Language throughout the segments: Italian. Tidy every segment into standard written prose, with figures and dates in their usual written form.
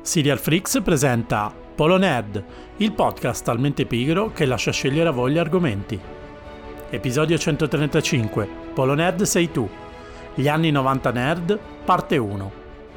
Serial Freaks presenta Polo Nerd, il podcast talmente pigro che lascia scegliere a voi gli argomenti. Episodio 135, Polo Nerd sei tu, gli anni 90 nerd, parte 1.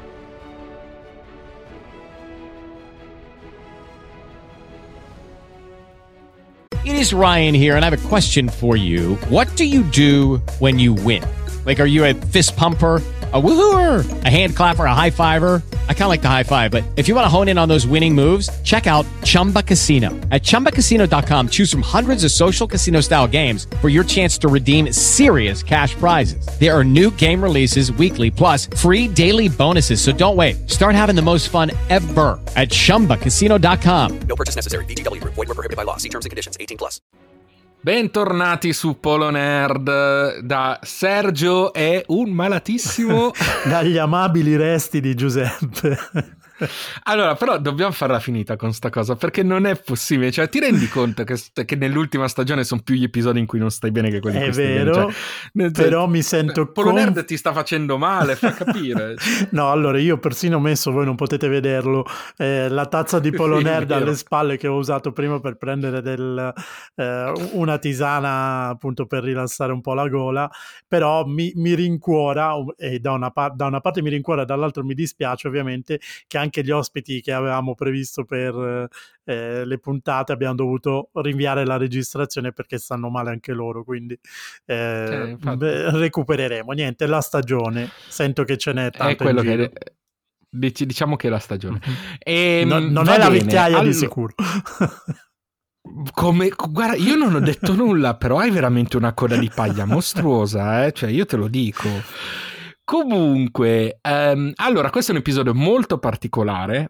It is Ryan here, and I have a question for you. What do you do when you win? Like, are you a fist pumper, a woohooer, a hand clapper, a high fiver? I kind of like the high five, but if you want to hone in on those winning moves, check out Chumba Casino. At ChumbaCasino.com, choose from hundreds of social casino-style games for your chance to redeem serious cash prizes. There are new game releases weekly, plus free daily bonuses, so don't wait. Start having the most fun ever at ChumbaCasino.com. No purchase necessary. VGW Group. Void where prohibited by law. See terms and conditions. 18+. Bentornati su Polo Nerd da Sergio e un malatissimo Dagli amabili resti di Giuseppe. Allora, però dobbiamo farla finita con sta cosa, perché non è possibile. Cioè, ti rendi conto che nell'ultima stagione sono più gli episodi in cui non stai bene che quelli in È cui stai vero, bene? Cioè, però mi sento Polo Nerd ti sta facendo male, fa capire. No, allora io persino ho messo, voi non potete vederlo, la tazza di Polo Sì, Nerd vero. alle spalle che ho usato prima per prendere una tisana appunto per rilassare un po' la gola, però mi rincuora, e da una parte mi rincuora, dall'altro mi dispiace ovviamente che anche gli ospiti che avevamo previsto per le puntate abbiamo dovuto rinviare la registrazione perché stanno male anche loro, quindi recupereremo. Niente, la stagione, sento che ce n'è tanto È quello in giro. che diciamo che è la stagione. Non Va è la bene, vecchiaia di allora- sicuro. Guarda, io non ho detto nulla, però hai veramente una coda di paglia mostruosa, cioè io te lo dico. Comunque, allora questo è un episodio molto particolare,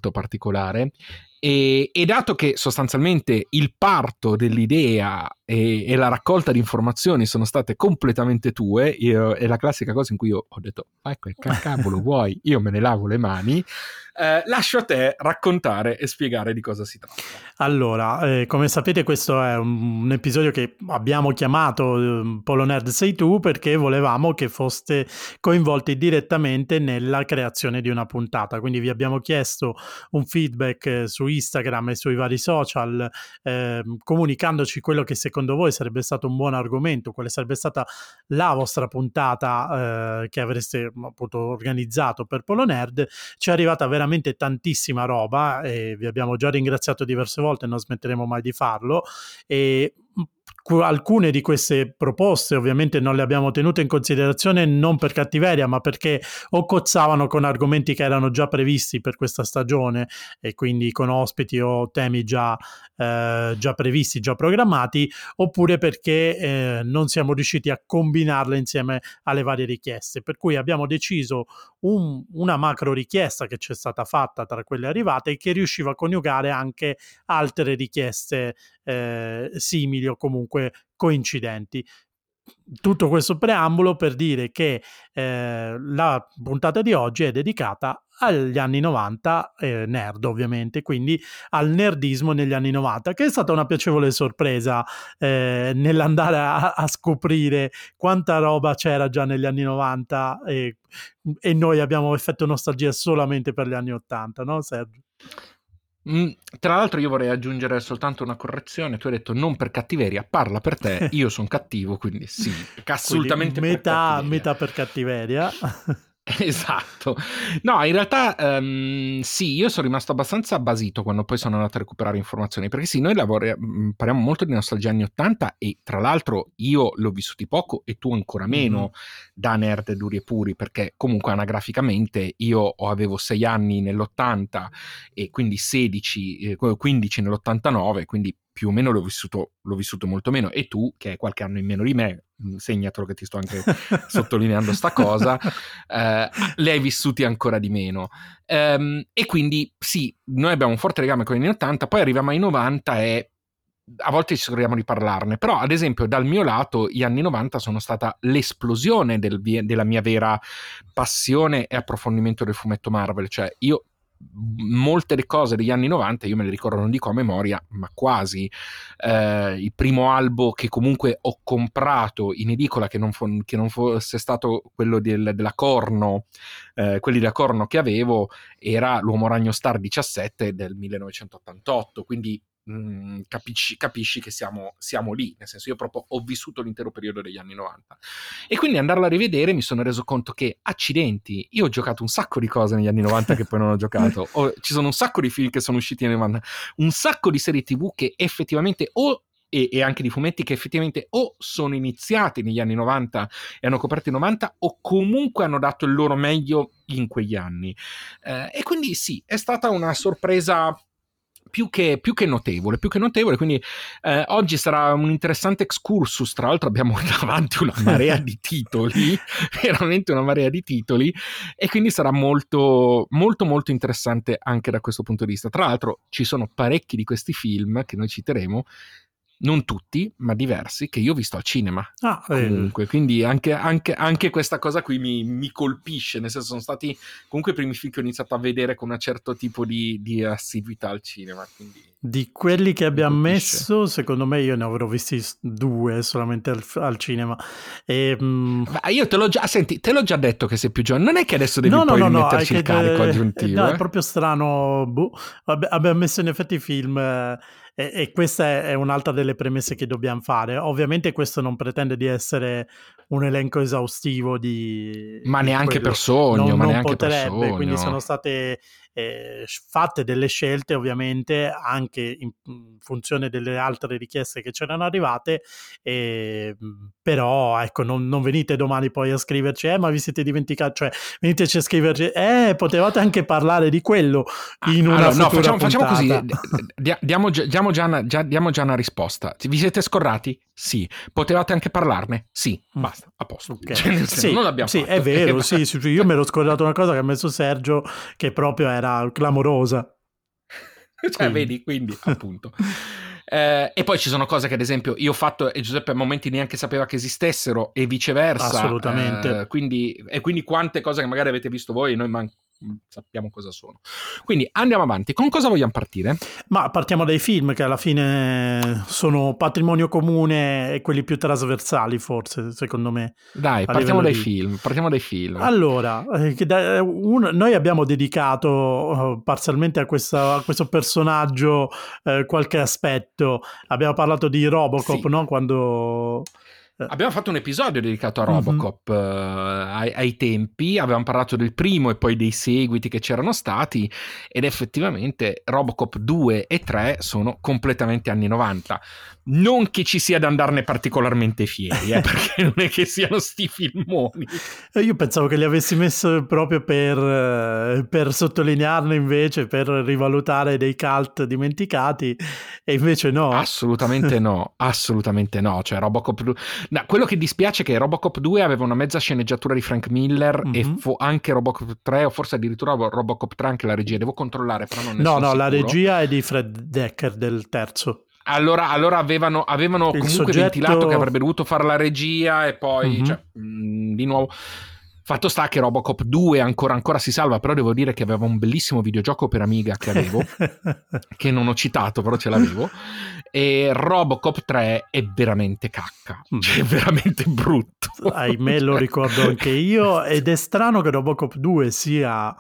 e dato che sostanzialmente il parto dell'idea e la raccolta di informazioni sono state completamente tue, è la classica cosa in cui io ho detto, ecco, che cavolo vuoi, io me ne lavo le mani, lascio a te raccontare e spiegare di cosa si tratta. Allora, come sapete questo è un episodio che abbiamo chiamato Polo Nerd sei tu perché volevamo che foste coinvolti direttamente nella creazione di una puntata, quindi vi abbiamo chiesto un feedback su Instagram e sui vari social, comunicandoci quello che secondo voi sarebbe stato un buon argomento, quale sarebbe stata la vostra puntata che avreste appunto organizzato per Polo Nerd. Ci è arrivata veramente tantissima roba e vi abbiamo già ringraziato diverse volte, non smetteremo mai di farlo, e alcune di queste proposte ovviamente non le abbiamo tenute in considerazione non per cattiveria ma perché o cozzavano con argomenti che erano già previsti per questa stagione e quindi con ospiti o temi già previsti, già programmati, oppure perché non siamo riusciti a combinarle insieme alle varie richieste, per cui abbiamo deciso una macro richiesta che ci è stata fatta tra quelle arrivate e che riusciva a coniugare anche altre richieste simili o comunque coincidenti. Tutto questo preambolo per dire che la puntata di oggi è dedicata agli anni 90, nerd ovviamente, quindi al nerdismo negli anni 90, che è stata una piacevole sorpresa nell'andare a scoprire quanta roba c'era già negli anni 90 e noi abbiamo effetto nostalgia solamente per gli anni 80, no Sergio? Tra l'altro io vorrei aggiungere soltanto una correzione. Tu hai detto non per cattiveria, parla per te, io sono cattivo, quindi sì, assolutamente Quindi per cattiveria. metà per cattiveria. Esatto. No, in realtà sì, io sono rimasto abbastanza basito quando poi sono andato a recuperare informazioni, perché sì, noi parliamo molto di nostalgia anni 80 e tra l'altro io l'ho vissuti poco e tu ancora meno da nerd duri e puri, perché comunque anagraficamente io avevo 6 anni nell'80 e quindi 15 nell'89, quindi più o meno l'ho vissuto molto meno, e tu che hai qualche anno in meno di me, segnatelo che ti sto anche sottolineando sta cosa, le hai vissuti ancora di meno, e quindi sì, noi abbiamo un forte legame con gli anni 80, poi arriviamo ai 90 e a volte ci scordiamo di parlarne, però ad esempio dal mio lato gli anni 90 sono stata l'esplosione della mia vera passione e approfondimento del fumetto Marvel, cioè io molte delle cose degli anni 90 io me le ricordo, non dico a memoria, ma quasi. Il primo albo che comunque ho comprato in edicola, che non fosse stato quello della Corno, quelli da Corno che avevo, era l'Uomo Ragno Star 17 del 1988, quindi capisci che siamo lì, nel senso, io proprio ho vissuto l'intero periodo degli anni 90, e quindi andarla a rivedere mi sono reso conto che, accidenti, io ho giocato un sacco di cose negli anni 90 che poi non ho giocato, ci sono un sacco di film che sono usciti negli anni 90, un sacco di serie TV che effettivamente e anche di fumetti che effettivamente o sono iniziati negli anni 90 e hanno coperto i 90, o comunque hanno dato il loro meglio in quegli anni, e quindi sì, è stata una sorpresa più che notevole, quindi oggi sarà un interessante excursus. Tra l'altro abbiamo davanti una marea di titoli, veramente una marea di titoli, e quindi sarà molto molto molto interessante anche da questo punto di vista. Tra l'altro ci sono parecchi di questi film che noi citeremo, non tutti, ma diversi, che io ho visto al cinema. Comunque, quindi anche questa cosa qui mi colpisce, nel senso, sono stati comunque i primi film che ho iniziato a vedere con un certo tipo di assiduità al cinema, quindi di quelli che abbiamo messo, secondo me io ne avrò visti 2 solamente al cinema. Io te l'ho già detto che sei più giovane, non è che adesso devi metterci il carico aggiuntivo. No, è proprio strano. Abbiamo messo in effetti film, e questa è un'altra delle premesse che dobbiamo fare. Ovviamente questo non pretende di essere un elenco esaustivo ma di neanche quello. per sogno, ma non neanche potrebbe, per sogno. quindi sono state fatte delle scelte, ovviamente anche in funzione delle altre richieste che c'erano arrivate, però ecco, non venite domani poi a scriverci ma vi siete dimenticati, cioè veniteci a scriverci potevate anche parlare di quello in una futura facciamo così, diamo diamo già una risposta. Vi siete scorrati? Sì. Potevate anche parlarne? Sì. Basta, a posto. Okay. Cioè, sì, non l'abbiamo sì, fatto. è vero, sì, io me l'ho scordato una cosa che ha messo Sergio, che proprio era clamorosa. Cioè, vedi, quindi appunto. E poi ci sono cose che, ad esempio, io ho fatto e Giuseppe a momenti neanche sapeva che esistessero, e viceversa. Assolutamente. Quindi quante cose che magari avete visto voi e noi sappiamo cosa sono. Quindi andiamo avanti. Con cosa vogliamo partire? Ma partiamo dai film, che alla fine sono patrimonio comune e quelli più trasversali, forse, secondo me. Dai, partiamo dai film. Allora, noi abbiamo dedicato parzialmente a questo personaggio qualche aspetto. Abbiamo parlato di Robocop, sì. no? Quando... Abbiamo fatto un episodio dedicato a Robocop ai tempi, avevamo parlato del primo e poi dei seguiti che c'erano stati, ed effettivamente Robocop 2 e 3 sono completamente anni 90. Non che ci sia da andarne particolarmente fieri, perché non è che siano sti filmoni. Io pensavo che li avessi messi proprio per sottolinearne, invece, per rivalutare dei cult dimenticati, e invece no. Assolutamente no. Cioè Robocop 2... No, quello che dispiace è che Robocop 2 aveva una mezza sceneggiatura di Frank Miller, e anche Robocop 3, o forse addirittura Robocop 3 anche la regia, devo controllare, però non ne sono sicuro. La regia è di Fred Decker, del terzo. Allora avevano comunque ventilato che avrebbe dovuto fare la regia, e poi cioè, di nuovo. Fatto sta che Robocop 2 ancora si salva, però devo dire che aveva un bellissimo videogioco per Amiga che avevo, che non ho citato, però ce l'avevo, e Robocop 3 è veramente cacca, cioè è veramente brutto. Ahimè, lo ricordo anche io, ed è strano che Robocop 2 sia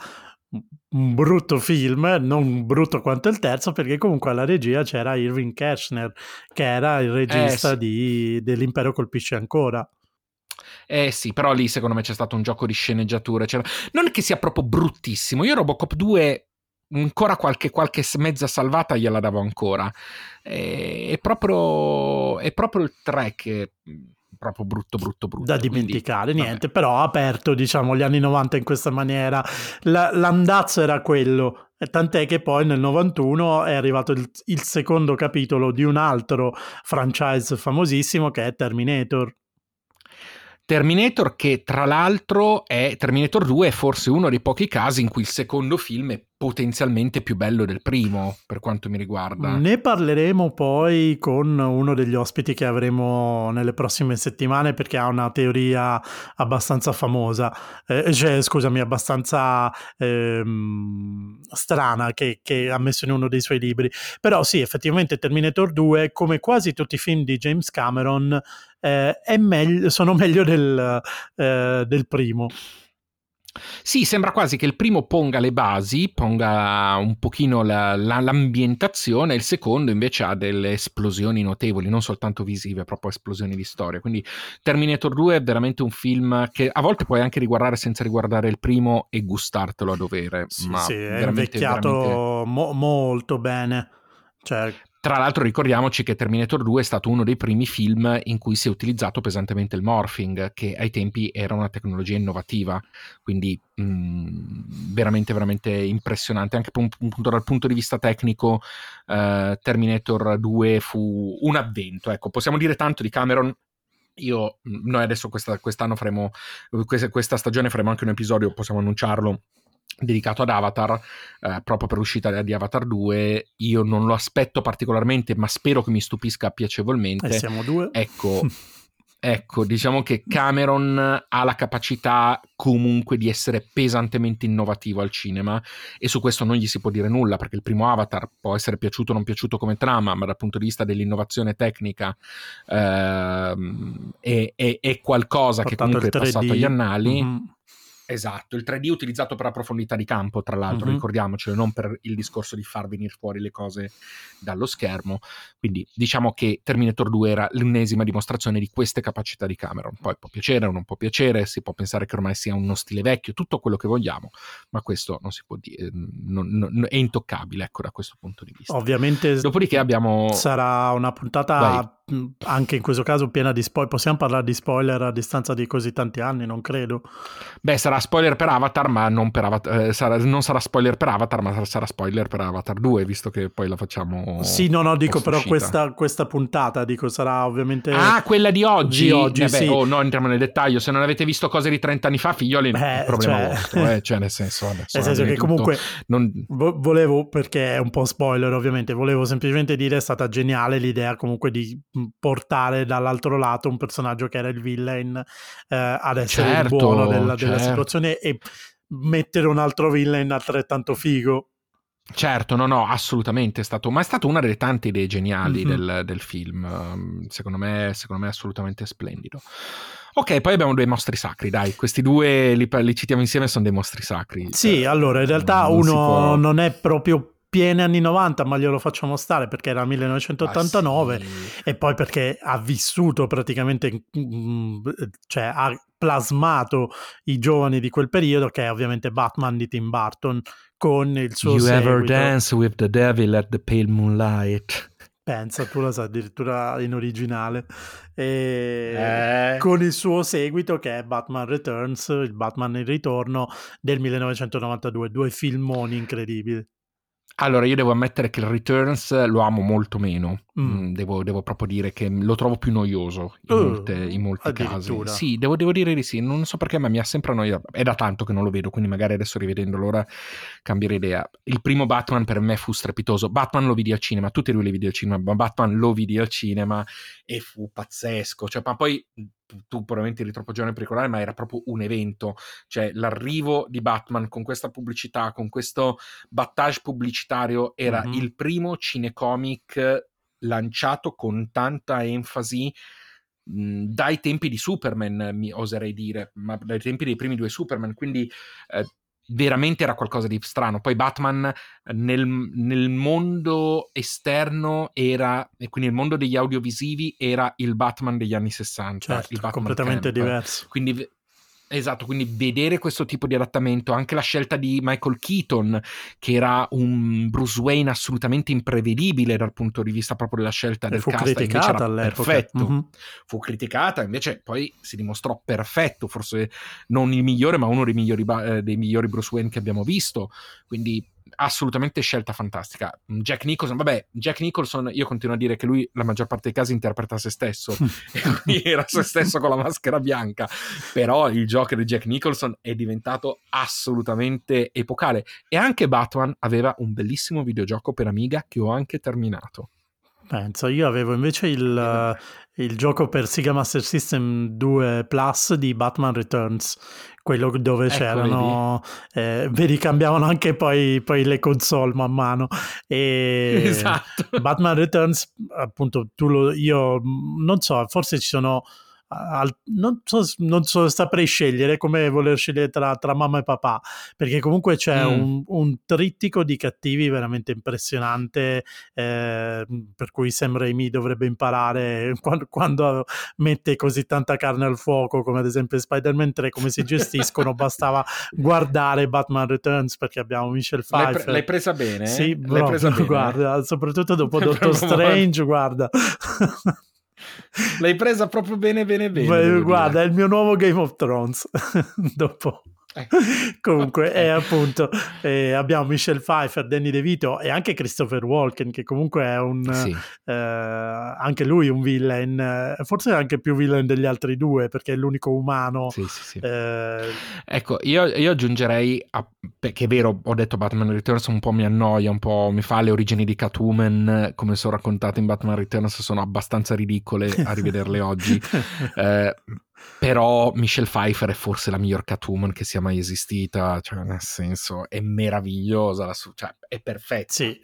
un brutto film, non brutto quanto il terzo, perché comunque alla regia c'era Irving Kershner, che era il regista dell'Impero colpisce ancora. Sì, però lì secondo me c'è stato un gioco di sceneggiature. Non è che sia proprio bruttissimo. Io Robocop 2 ancora qualche mezza salvata gliela davo ancora. È proprio il 3 che proprio brutto da dimenticare. Quindi, niente, però ha aperto, diciamo, gli anni 90 in questa maniera. L'andazzo era quello, tant'è che poi nel 91 è arrivato il secondo capitolo di un altro franchise famosissimo, che è Terminator, che tra l'altro è Terminator 2 è forse uno dei pochi casi in cui il secondo film è potenzialmente più bello del primo, per quanto mi riguarda. Ne parleremo poi con uno degli ospiti che avremo nelle prossime settimane, perché ha una teoria abbastanza famosa, scusami, abbastanza strana che ha messo in uno dei suoi libri. Però sì, effettivamente Terminator 2, come quasi tutti i film di James Cameron, sono meglio del primo. Sì, sembra quasi che il primo ponga le basi, ponga un pochino l'ambientazione, il secondo invece ha delle esplosioni notevoli, non soltanto visive, proprio esplosioni di storia. Quindi Terminator 2 è veramente un film che a volte puoi anche riguardare senza riguardare il primo e gustartelo a dovere. Sì, ma sì, è veramente, invecchiato veramente... molto bene. Cioè, Tra l'altro ricordiamoci che Terminator 2 è stato uno dei primi film in cui si è utilizzato pesantemente il morphing, che ai tempi era una tecnologia innovativa, quindi veramente veramente impressionante. Anche dal punto di vista tecnico Terminator 2 fu un avvento. Ecco, possiamo dire tanto di Cameron. Noi adesso quest'anno faremo, questa stagione faremo anche un episodio, possiamo annunciarlo, dedicato ad Avatar, proprio per l'uscita di Avatar 2. Io non lo aspetto particolarmente, ma spero che mi stupisca piacevolmente. siamo due. Ecco, diciamo che Cameron ha la capacità comunque di essere pesantemente innovativo al cinema, e su questo non gli si può dire nulla, perché il primo Avatar può essere piaciuto o non piaciuto come trama, ma dal punto di vista dell'innovazione tecnica è qualcosa che comunque è passato agli annali. Mm-hmm. Esatto, il 3D utilizzato per la profondità di campo, tra l'altro, ricordiamocelo, non per il discorso di far venire fuori le cose dallo schermo. Quindi diciamo che Terminator 2 era l'ennesima dimostrazione di queste capacità di Cameron. Poi può piacere o non può piacere, si può pensare che ormai sia uno stile vecchio, tutto quello che vogliamo, ma questo non si può dire, è intoccabile, ecco, da questo punto di vista. Ovviamente dopodiché abbiamo... sarà una puntata anche in questo caso piena di spoiler. Possiamo parlare di spoiler a distanza di così tanti anni? Non credo. Beh, sarà spoiler per Avatar, ma non per Avatar, non sarà spoiler per Avatar, ma sarà spoiler per Avatar 2, visto che poi la facciamo. Sì, no, dico però questa puntata, dico, sarà ovviamente... Ah, quella di oggi? Di oggi, sì. No, entriamo nel dettaglio. Se non avete visto cose di 30 anni fa, figlioli, è un problema vostro, cioè nel senso che comunque volevo, perché è un po' spoiler ovviamente, volevo semplicemente dire è stata geniale l'idea comunque di portare dall'altro lato un personaggio che era il villain ad essere il buono della situazione, e mettere un altro villain altrettanto figo. Certo, no, assolutamente è stato una delle tante idee geniali del film. Secondo me è assolutamente splendido. Ok, poi abbiamo due mostri sacri, dai, questi due li citiamo insieme, sono dei mostri sacri. Sì, allora in realtà uno non è proprio pieni anni 90, ma glielo facciamo stare perché era 1989 e poi perché ha vissuto praticamente, cioè ha plasmato i giovani di quel periodo, che è ovviamente Batman di Tim Burton con il suo seguito. You ever dance with the devil at the pale moonlight? Pensa, tu la sai addirittura in originale, con il suo seguito che è Batman Returns, il Batman in ritorno del 1992, due filmoni incredibili. Allora, io devo ammettere che il Returns lo amo molto meno. Devo proprio dire che lo trovo più noioso in molti casi. Sì, devo dire di sì. Non so perché, ma mi ha sempre annoiato. È da tanto che non lo vedo, quindi magari adesso rivedendolo ora cambierò idea. Il primo Batman per me fu strepitoso. Batman lo vidi al cinema, tutti e due li vidi al cinema, ma Batman lo vidi al cinema e fu pazzesco. Cioè, ma poi tu probabilmente eri troppo giovane per ricordare, ma era proprio un evento. Cioè, l'arrivo di Batman con questa pubblicità, con questo battage pubblicitario, era il primo cinecomic lanciato con tanta enfasi dai tempi di Superman, mi oserei dire, ma dai tempi dei primi due Superman, quindi veramente era qualcosa di strano. Poi Batman nel mondo esterno era, e quindi nel mondo degli audiovisivi, era il Batman degli anni 60, certo, il Batman completamente camp. Diverso. Quindi esatto, quindi vedere questo tipo di adattamento, anche la scelta di Michael Keaton, che era un Bruce Wayne assolutamente imprevedibile dal punto di vista proprio della scelta del cast, invece era perfetto. Fu criticata, invece poi si dimostrò perfetto, forse non il migliore, ma uno dei migliori Bruce Wayne che abbiamo visto. Quindi assolutamente scelta fantastica. Jack Nicholson, io continuo a dire che lui la maggior parte dei casi interpreta se stesso e quindi era se stesso con la maschera bianca, però il Joker di Jack Nicholson è diventato assolutamente epocale. E anche Batman aveva un bellissimo videogioco per Amiga che ho anche terminato. Penso, io avevo invece il gioco per Sega Master System 2 Plus di Batman Returns, quello dove c'erano, vedi, cambiavano anche poi le console man mano. E esatto. Batman Returns, appunto, io non so, forse ci sono... non so, saprei scegliere come voler scegliere tra mamma e papà, perché comunque c'è un trittico di cattivi veramente impressionante, per cui Sam Raimi dovrebbe imparare quando mette così tanta carne al fuoco, come ad esempio Spider-Man 3, come si gestiscono. Bastava guardare Batman Returns, perché abbiamo Michelle Pfeiffer. L'hai presa bene? Sì, l'hai presa bene? Guarda, soprattutto dopo Doctor Strange, guarda. L'hai presa proprio bene. Guarda, dire. è il mio nuovo Game of Thrones. Dopo. Comunque appunto abbiamo Michelle Pfeiffer, Danny DeVito e anche Christopher Walken, che comunque è anche lui un villain, forse anche più villain degli altri due, perché è l'unico umano. Sì. Ecco, io aggiungerei perché è vero, ho detto Batman Returns un po' mi annoia, un po' mi fa le origini di Catwoman come sono raccontate in Batman Returns, sono abbastanza ridicole a rivederle oggi. Però Michelle Pfeiffer è forse la miglior Catwoman che sia mai esistita, cioè nel senso è meravigliosa, cioè è perfetta. Sì.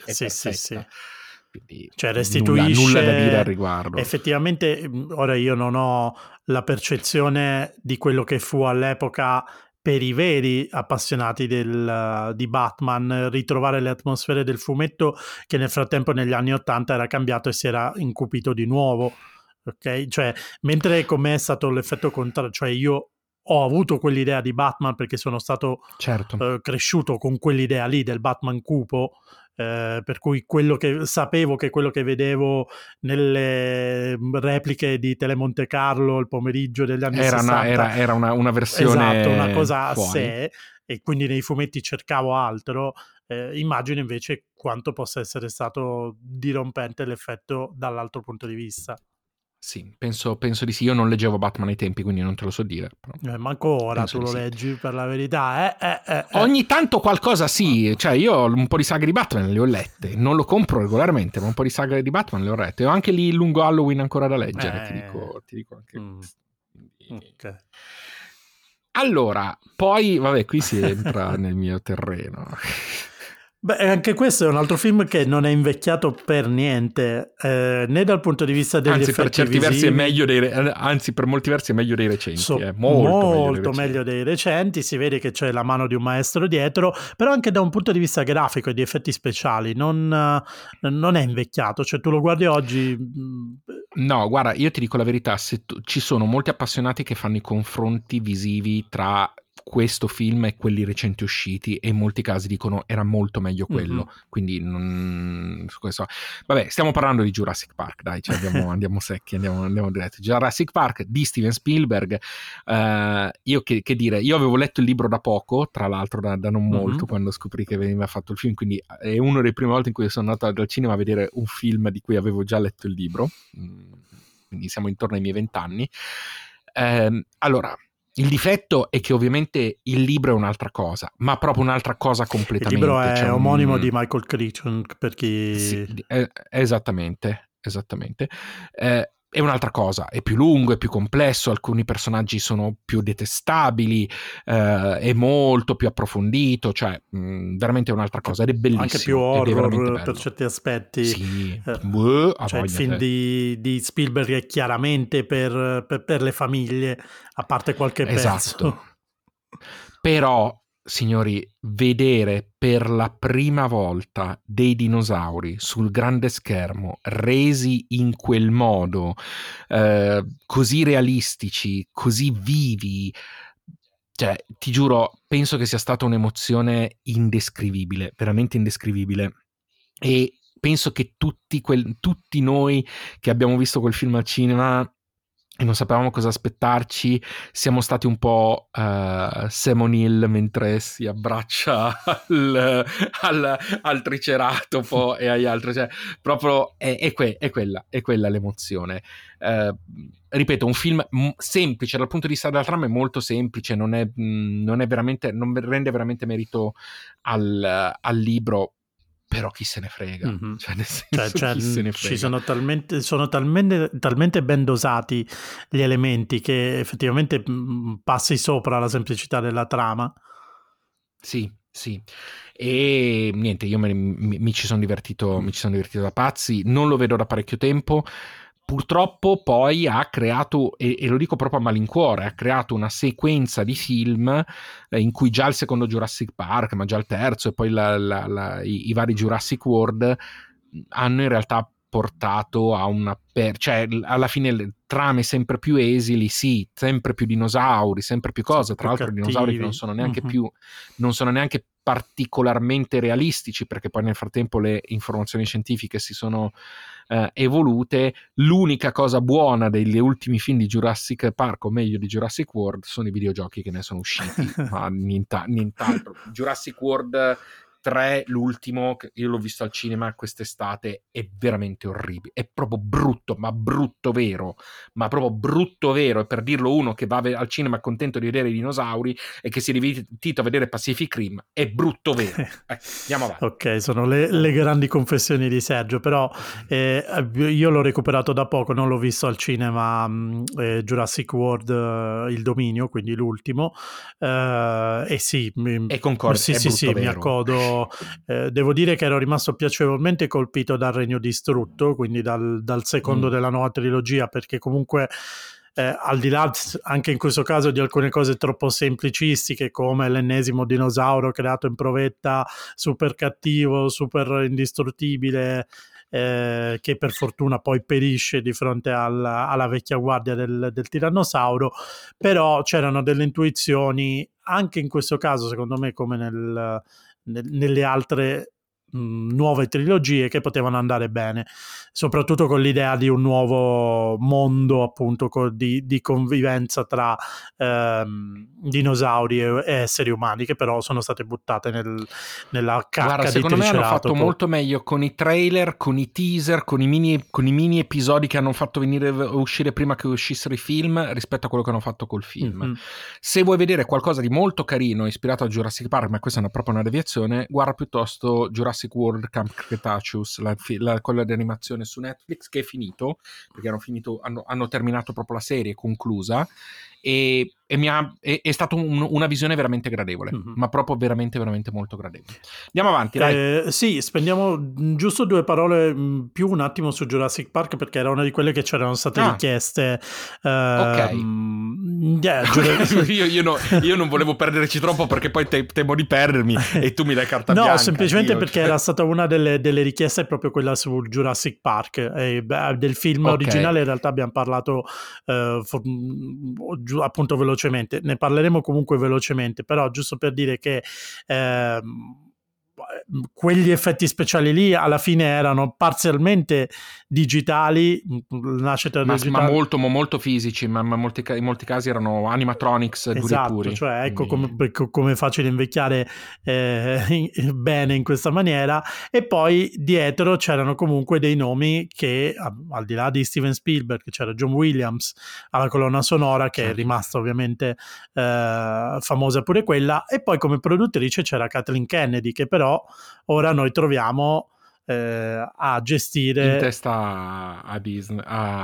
Quindi cioè restituisce nulla da dire al riguardo. Effettivamente, ora io non ho la percezione di quello che fu all'epoca per i veri appassionati di Batman, ritrovare le atmosfere del fumetto che nel frattempo negli anni '80 era cambiato e si era incupito di nuovo. Ok, cioè mentre con me è stato l'effetto contrario, cioè io ho avuto quell'idea di Batman perché sono stato cresciuto con quell'idea lì del Batman cupo, per cui sapevo che quello che vedevo nelle repliche di Telemonte Carlo il pomeriggio degli anni 60 era una versione, esatto, una cosa fuori. A sé, e quindi nei fumetti cercavo altro. Immagino invece quanto possa essere stato dirompente l'effetto dall'altro punto di vista. Sì, penso di sì. Io non leggevo Batman ai tempi, quindi non te lo so dire. Manco ora tu lo leggi, per la verità. Ogni tanto qualcosa sì, cioè io un po' di saghe di Batman le ho lette, non lo compro regolarmente, ma un po' di saghe di Batman le ho lette. E ho anche lì lungo Halloween ancora da leggere, ti dico anche questo. Okay. Allora, poi, vabbè, qui si entra nel mio terreno. Beh, anche questo è un altro film che non è invecchiato per niente, né dal punto di vista degli effetti per certi versi è visivi. meglio per molti versi è meglio dei recenti. Molto meglio dei recenti. Si vede che c'è la mano di un maestro dietro, però anche da un punto di vista grafico e di effetti speciali non è invecchiato. Cioè tu lo guardi oggi... No, guarda, io ti dico la verità, ci sono molti appassionati che fanno i confronti visivi tra questo film e quelli recenti usciti e in molti casi dicono era molto meglio quindi questo. Vabbè, stiamo parlando di Jurassic Park, dai, cioè andiamo secchi, andiamo diretti. Jurassic Park di Steven Spielberg. Io che dire, io avevo letto il libro da poco, tra l'altro da non molto, quando scoprì che veniva fatto il film, quindi è una delle prime volte in cui sono andato al cinema a vedere un film di cui avevo già letto il libro, quindi siamo intorno ai miei 20 anni. Allora, il difetto è che ovviamente il libro è un'altra cosa, ma proprio un'altra cosa completamente. Il libro è omonimo di Michael Crichton, per chi... Sì, esattamente. È un'altra cosa, è più lungo, è più complesso, alcuni personaggi sono più detestabili, è molto più approfondito, cioè veramente è un'altra cosa, ed è bellissimo. Anche più horror per certi aspetti. Sì. Cioè il film di Spielberg è chiaramente per le famiglie, a parte qualche pezzo. Esatto. Però, signori, vedere per la prima volta dei dinosauri sul grande schermo resi in quel modo, così realistici, così vivi, cioè ti giuro, penso che sia stata un'emozione indescrivibile, veramente indescrivibile, e penso che tutti noi che abbiamo visto quel film al cinema e non sapevamo cosa aspettarci. Siamo stati un po' Sam O'Neill mentre si abbraccia al triceratopo e agli altri, cioè proprio è quella l'emozione. Ripeto, un film semplice dal punto di vista della trama, è molto semplice, non è veramente, non rende veramente merito al libro, però chi se ne frega, Mhm. cioè nel senso, Cioè, chi se ne frega. ci sono talmente ben dosati gli elementi che effettivamente passi sopra la semplicità della trama. Sì. E niente, io mi ci sono divertito da pazzi, non lo vedo da parecchio tempo. Purtroppo poi ha creato, e lo dico proprio a malincuore, ha creato una sequenza di film in cui già il secondo Jurassic Park, ma già il terzo, e poi i vari Jurassic World hanno in realtà portato a cioè alla fine le trame sempre più esili, sì, sempre più dinosauri, sempre più cose, tra l'altro dinosauri che non sono neanche particolarmente realistici, perché poi nel frattempo le informazioni scientifiche si sono evolute. L'unica cosa buona degli ultimi film di Jurassic Park, o meglio di Jurassic World, sono i videogiochi che ne sono usciti, ma nient'altro. Jurassic World 3, l'ultimo, che io l'ho visto al cinema quest'estate, è veramente orribile, è proprio brutto, ma brutto vero, e per dirlo uno che va al cinema contento di vedere i dinosauri e che si è divertito a vedere Pacific Rim, è brutto vero. Andiamo avanti. Ok, sono le grandi confessioni di Sergio, però io l'ho recuperato da poco, non l'ho visto al cinema, Jurassic World, il dominio, quindi l'ultimo, e sì, E concordo, sì, è sì, brutto sì, mi vero. accodo. Devo dire che ero rimasto piacevolmente colpito dal Regno Distrutto, quindi dal secondo della nuova trilogia, perché comunque al di là anche in questo caso di alcune cose troppo semplicistiche, come l'ennesimo dinosauro creato in provetta, super cattivo, super indistruttibile, che per fortuna poi perisce di fronte alla vecchia guardia del tirannosauro, però c'erano delle intuizioni anche in questo caso, secondo me, come nelle altre nuove trilogie, che potevano andare bene, soprattutto con l'idea di un nuovo mondo, appunto, di convivenza tra dinosauri e esseri umani, che però sono state buttate nella cacca. Guarda, di secondo me hanno fatto Triceratopo. molto meglio con i trailer, con i teaser, con i mini episodi che hanno fatto uscire prima che uscissero i film, rispetto a quello che hanno fatto col film. Mm-hmm. Se vuoi vedere qualcosa di molto carino ispirato a Jurassic Park, ma questa è proprio una deviazione, guarda piuttosto Jurassic World Camp Cretaceous, quella di animazione su Netflix, che è finito, perché hanno terminato proprio la serie, conclusa, e è stata una visione veramente gradevole, ma proprio veramente veramente molto gradevole. Andiamo avanti, dai. Sì, spendiamo giusto 2 parole più un attimo su Jurassic Park, perché era una di quelle che c'erano state richieste. Ok. Io non volevo perderci troppo, perché poi temo di perdermi e tu mi dai carta bianca. No, semplicemente perché era stata una delle richieste, proprio quella su Jurassic Park. Del film originale in realtà abbiamo parlato appunto velocemente, ne parleremo comunque velocemente, però giusto per dire che quegli effetti speciali lì alla fine erano parzialmente digitali, ma molto fisici, ma in molti casi erano animatronics duri e puri. Cioè ecco come è facile invecchiare bene in questa maniera. E poi dietro c'erano comunque dei nomi che, al di là di Steven Spielberg, c'era John Williams alla colonna sonora, che è rimasta ovviamente famosa pure quella, e poi come produttrice c'era Kathleen Kennedy, che però ora noi troviamo a gestire in testa a Disney,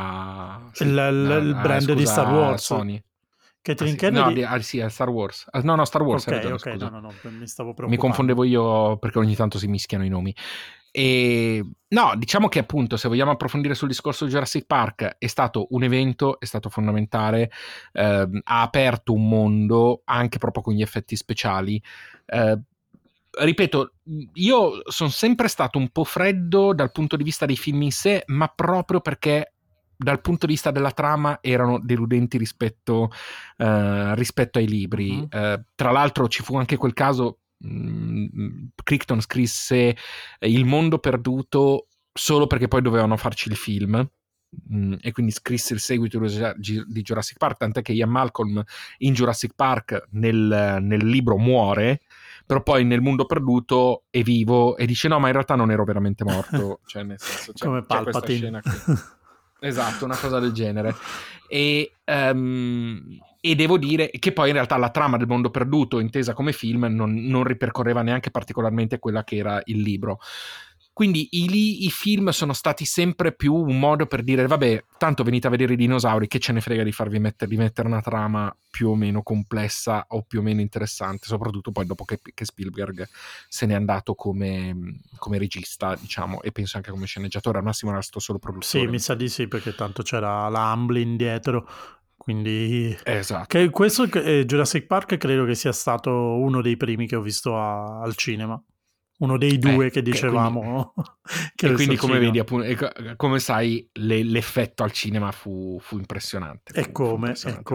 il brand di Star Wars. Sony. Kathleen Kennedy? Sì, è Star Wars. No, Star Wars. Ok, no, mi stavo preoccupando. Mi confondevo io, perché ogni tanto si mischiano i nomi. E no, diciamo che appunto, se vogliamo approfondire sul discorso di Jurassic Park, è stato un evento, è stato fondamentale, ha aperto un mondo anche proprio con gli effetti speciali. Ripeto, io sono sempre stato un po' freddo dal punto di vista dei film in sé, ma proprio perché dal punto di vista della trama erano deludenti rispetto ai libri. Tra l'altro ci fu anche quel caso, Crichton scrisse Il mondo perduto solo perché poi dovevano farci il film, e quindi scrisse il seguito di Jurassic Park, tant'è che Ian Malcolm in Jurassic Park nel libro muore, però poi nel Mondo Perduto è vivo e dice no, ma in realtà non ero veramente morto, cioè nel senso come c'è questa scena qui. Esatto, una cosa del genere. E devo dire che poi in realtà la trama del Mondo Perduto intesa come film non ripercorreva neanche particolarmente quella che era il libro. Quindi i film sono stati sempre più un modo per dire vabbè, tanto venite a vedere i dinosauri, che ce ne frega di farvi mettere una trama più o meno complessa o più o meno interessante, soprattutto poi dopo che Spielberg se n'è andato come regista, diciamo, e penso anche come sceneggiatore, al massimo era stato solo produttore. Sì, mi sa di sì, perché tanto c'era la Amblin dietro, quindi esatto. Questo Jurassic Park credo che sia stato uno dei primi che ho visto al cinema. Uno dei due che dicevamo. E quindi come vedi, appunto, come sai, l'effetto al cinema fu impressionante. E come?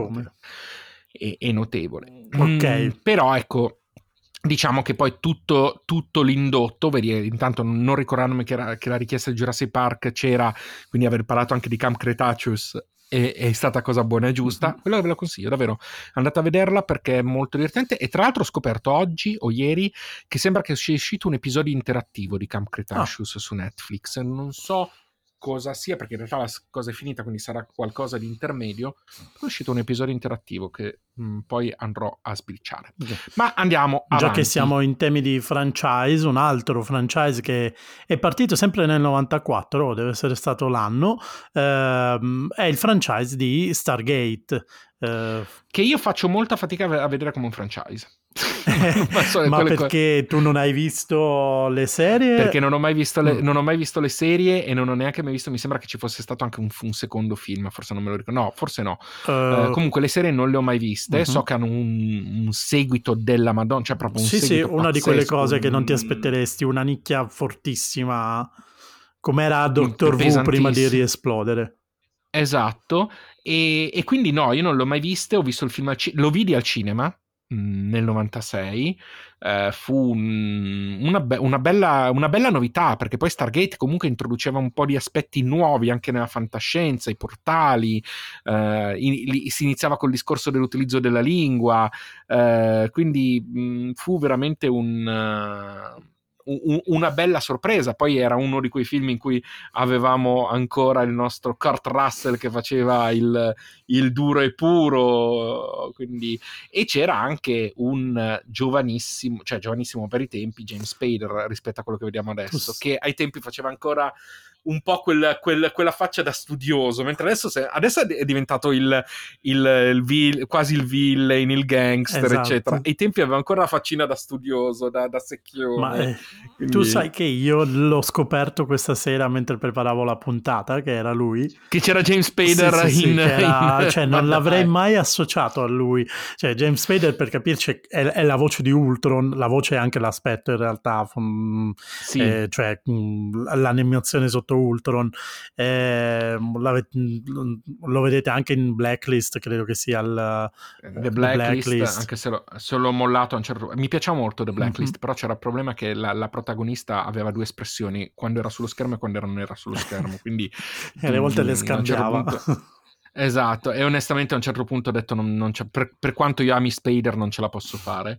E notevole. Ok. Però ecco, diciamo che poi tutto l'indotto, vedi, intanto non ricordandomi che la richiesta di Jurassic Park c'era, quindi aver parlato anche di Camp Cretaceous è stata cosa buona e giusta. Quello ve lo consiglio davvero, andate a vederla perché è molto divertente. E tra l'altro ho scoperto oggi o ieri che sembra che sia uscito un episodio interattivo di Camp Cretaceous su Netflix. Non so cosa sia, perché in realtà la cosa è finita, quindi sarà qualcosa di intermedio. È uscito un episodio interattivo che poi andrò a sbirciare. Ma andiamo avanti. Già che siamo in temi di franchise, un altro franchise che è partito sempre nel 94, deve essere stato l'anno, è il franchise di Stargate. Che io faccio molta fatica a vedere come un franchise. Ma perché tu non hai visto le serie? Perché non ho mai visto le serie e non ho neanche mai visto, mi sembra che ci fosse stato anche un secondo film, forse non me lo ricordo, no, forse no. Comunque le serie non le ho mai viste, so che hanno un seguito della Madonna, cioè proprio un seguito pazzesco. Una di quelle cose che non ti aspetteresti, una nicchia fortissima, come era Doctor Who prima di riesplodere. Esatto, e quindi no, io non l'ho mai vista, ho visto il film, lo vidi al cinema nel 96, fu una bella novità, perché poi Stargate comunque introduceva un po' di aspetti nuovi anche nella fantascienza, i portali, si iniziava col discorso dell'utilizzo della lingua, quindi fu veramente una bella sorpresa. Poi era uno di quei film in cui avevamo ancora il nostro Kurt Russell che faceva il duro e puro, quindi, e c'era anche un giovanissimo per i tempi James Spader rispetto a quello che vediamo adesso, che ai tempi faceva ancora un po' quella faccia da studioso, mentre adesso è diventato quasi il villain, il gangster, esatto, eccetera. Ai tempi aveva ancora la faccina da studioso, da secchione. Quindi... Tu sai che io l'ho scoperto questa sera mentre preparavo la puntata, che era lui. Che c'era James Spader cioè non l'avrei mai associato a lui. Cioè James Spader, per capirci, è la voce di Ultron, la voce è anche l'aspetto in realtà, cioè l'animazione sotto Ultron, lo vedete anche in Blacklist, credo che sia The Blacklist, anche se l'ho mollato a un certo punto. Mi piaceva molto The Blacklist, però c'era il problema che la protagonista aveva due espressioni quando era sullo schermo e quando non era sullo schermo, quindi alle volte le scambiava. Esatto, e onestamente a un certo punto ho detto non per quanto io ami Spader non ce la posso fare.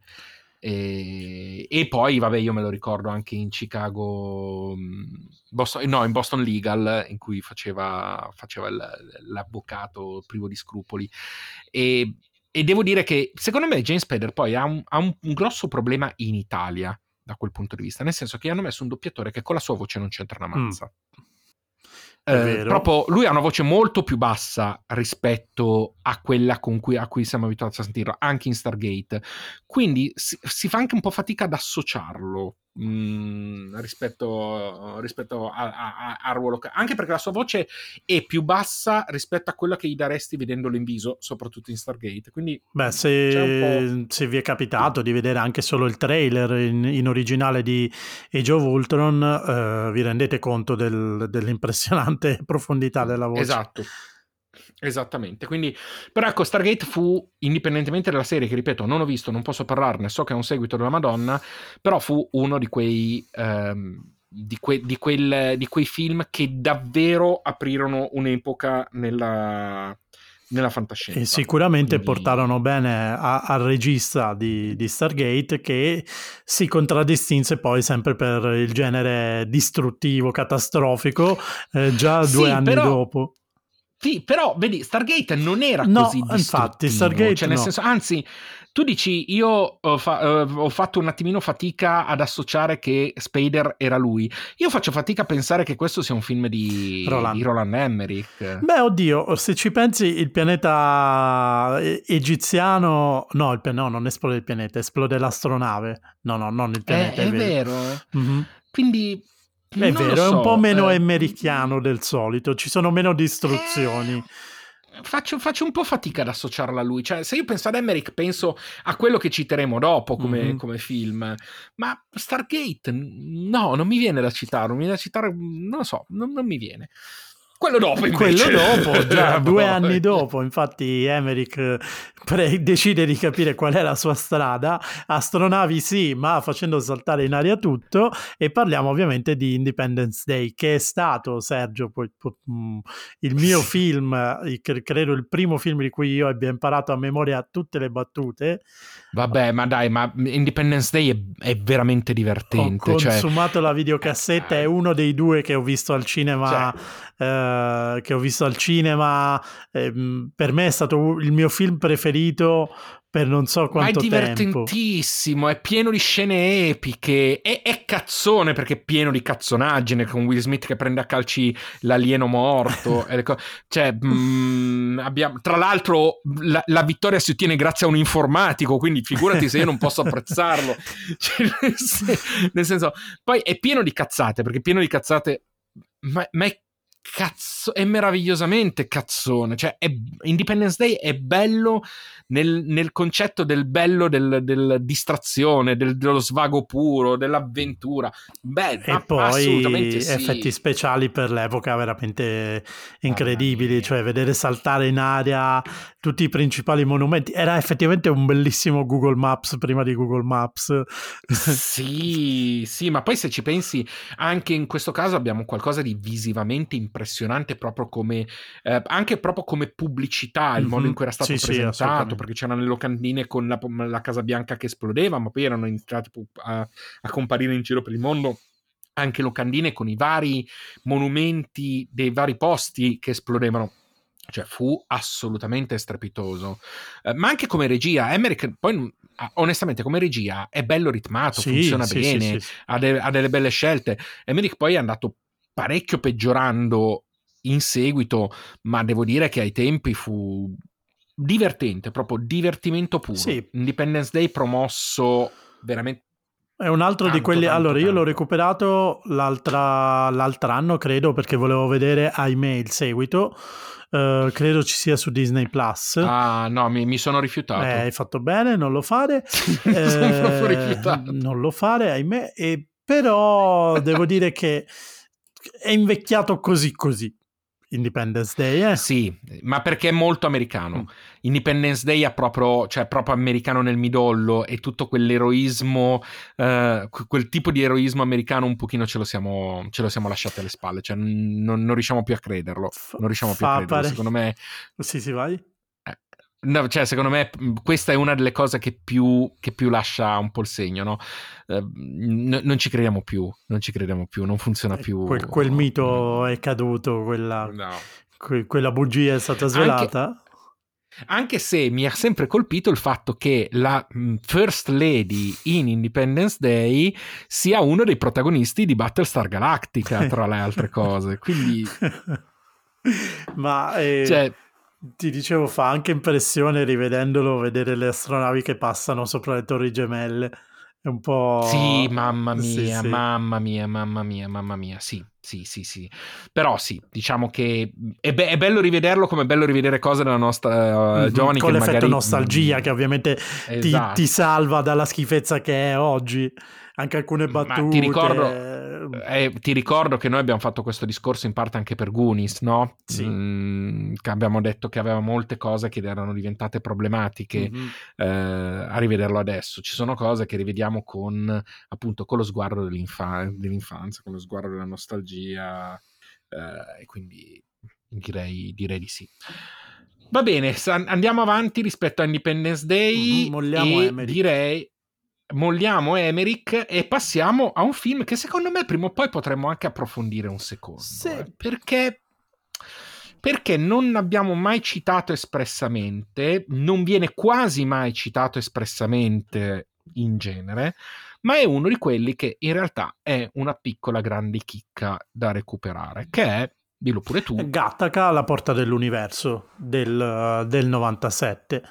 E poi vabbè, io me lo ricordo anche in Chicago, in Boston Legal, in cui faceva l'avvocato privo di scrupoli, e devo dire che secondo me James Spader poi ha un grosso problema in Italia da quel punto di vista, nel senso che hanno messo un doppiatore che con la sua voce non c'entra una mazza. Proprio lui ha una voce molto più bassa rispetto a quella a cui siamo abituati a sentirlo anche in Stargate, quindi si fa anche un po' fatica ad associarlo rispetto a ruolo, anche perché la sua voce è più bassa rispetto a quella che gli daresti vedendolo in viso, soprattutto in Stargate. Quindi se vi è capitato di vedere anche solo il trailer in originale di Age of Ultron, vi rendete conto dell'impressionante profondità della voce. Esatto. Esattamente, quindi però ecco, Stargate fu, indipendentemente dalla serie, che ripeto non ho visto, non posso parlarne, so che è un seguito della Madonna, però fu uno di quei di quei film che davvero aprirono un'epoca nella fantascienza. E sicuramente Quindi portarono bene al regista di Stargate, che si contraddistinse poi sempre per il genere distruttivo, catastrofico, già Sì, 2 anni dopo. Sì, però vedi, Stargate non era No, così infatti, distruttivo, Stargate cioè nel no. senso, anzi, tu dici io ho fatto un attimino fatica ad associare che Spader era lui. Io faccio fatica a pensare che questo sia un film di Roland Emmerich. Beh, oddio, se ci pensi, il pianeta egiziano, no, non esplode il pianeta, esplode l'astronave. No, non il pianeta, È è vero. vero? Mm-hmm. Quindi È non vero, lo so. è un po' meno americano del solito, ci sono meno distruzioni. Faccio un po' fatica ad associarla a lui. Cioè, se io penso ad Emmerich, penso a quello che citeremo dopo come film. Ma Stargate, no, non mi viene da citare. Non lo so, non mi viene. Quello dopo, invece. Quello dopo, già 2 anni dopo, infatti Emmerich decide di capire qual è la sua strada. Astronavi sì, ma facendo saltare in aria tutto. E parliamo ovviamente di Independence Day, che è stato, Sergio, il mio film, credo il primo film di cui io abbia imparato a memoria tutte le battute. Vabbè, ma dai, ma Independence Day è veramente divertente. Ho consumato la videocassetta, è uno dei 2 che ho visto al cinema. Per me è stato il mio film preferito per non so quanto tempo. Ma è divertentissimo, è pieno di scene epiche, è cazzone perché è pieno di cazzonaggine, con Will Smith che prende a calci l'alieno morto. Cioè, abbiamo, tra l'altro la vittoria si ottiene grazie a un informatico, quindi figurati se io non posso apprezzarlo. Cioè, nel senso, poi è pieno di cazzate, perché è pieno di cazzate, ma è meravigliosamente cazzone. Cioè, Independence Day è bello nel concetto del bello della distrazione, dello svago puro, dell'avventura. Beh, e poi assolutamente sì. Effetti speciali per l'epoca veramente incredibili, cioè vedere saltare in aria tutti i principali monumenti. Era effettivamente un bellissimo Google Maps prima di Google Maps. Sì, ma poi se ci pensi, anche in questo caso abbiamo qualcosa di visivamente impressionante, proprio come anche proprio come pubblicità, il modo in cui era stato presentato, perché c'erano le locandine con la Casa Bianca che esplodeva, ma poi erano entrati a comparire in giro per il mondo anche locandine con i vari monumenti dei vari posti che esplodevano. Cioè fu assolutamente strepitoso, ma anche come regia Emmerich poi onestamente come regia è bello ritmato, funziona bene, sì. Ha delle belle scelte. Emmerich poi è andato parecchio peggiorando in seguito, ma devo dire che ai tempi fu divertente, proprio divertimento puro. Sì. Independence Day promosso veramente. È un altro di quelli. Allora, io l'ho recuperato l'altro anno, credo, perché volevo vedere, ahimè, il seguito. Credo ci sia su Disney Plus. Ah, no, mi sono rifiutato. Hai fatto bene, non lo fare. Sono proprio rifiutato. Non lo fare, ahimè. Però devo dire che è invecchiato così. Independence Day, Sì, ma perché è molto americano. Independence Day è proprio americano nel midollo, e tutto quell'eroismo, quel tipo di eroismo americano un pochino ce lo siamo lasciati alle spalle, cioè non riusciamo più a crederlo. Secondo me. Sì, vai. No, cioè, secondo me questa è una delle cose che più lascia un po' il segno, no? Non ci crediamo più, non funziona più. Quel mito è caduto, quella bugia è stata svelata. Anche se mi ha sempre colpito il fatto che la First Lady in Independence Day sia uno dei protagonisti di Battlestar Galactica, tra le altre cose. Quindi. Ma cioè, ti dicevo, fa anche impressione rivedendolo, vedere le astronavi che passano sopra le torri gemelle. È un po'. Sì, mamma mia, sì. mamma mia. Sì. Però sì, diciamo che è bello rivederlo, come è bello rivedere cose della nostra giovani. Con che l'effetto magari. nostalgia, che ovviamente Esatto. ti salva dalla schifezza che è oggi. Anche alcune Ma battute. ti ricordo che noi abbiamo fatto questo discorso in parte anche per Goonies, no? Sì. Che abbiamo detto che aveva molte cose che erano diventate problematiche Mhm. a rivederlo adesso. Ci sono cose che rivediamo con lo sguardo dell'infanzia, con lo sguardo della nostalgia, e quindi direi di sì. Va bene, andiamo avanti rispetto a Independence Day Molliamo e Emmerich. direi molliamo Emmerich e passiamo a un film che secondo me prima o poi potremmo anche approfondire un secondo, Sì. perché non abbiamo mai citato espressamente, non viene quasi mai citato espressamente in genere, ma è uno di quelli che in realtà è una piccola grande chicca da recuperare, che è, dillo pure tu, Gattaca, La porta dell'universo del 97.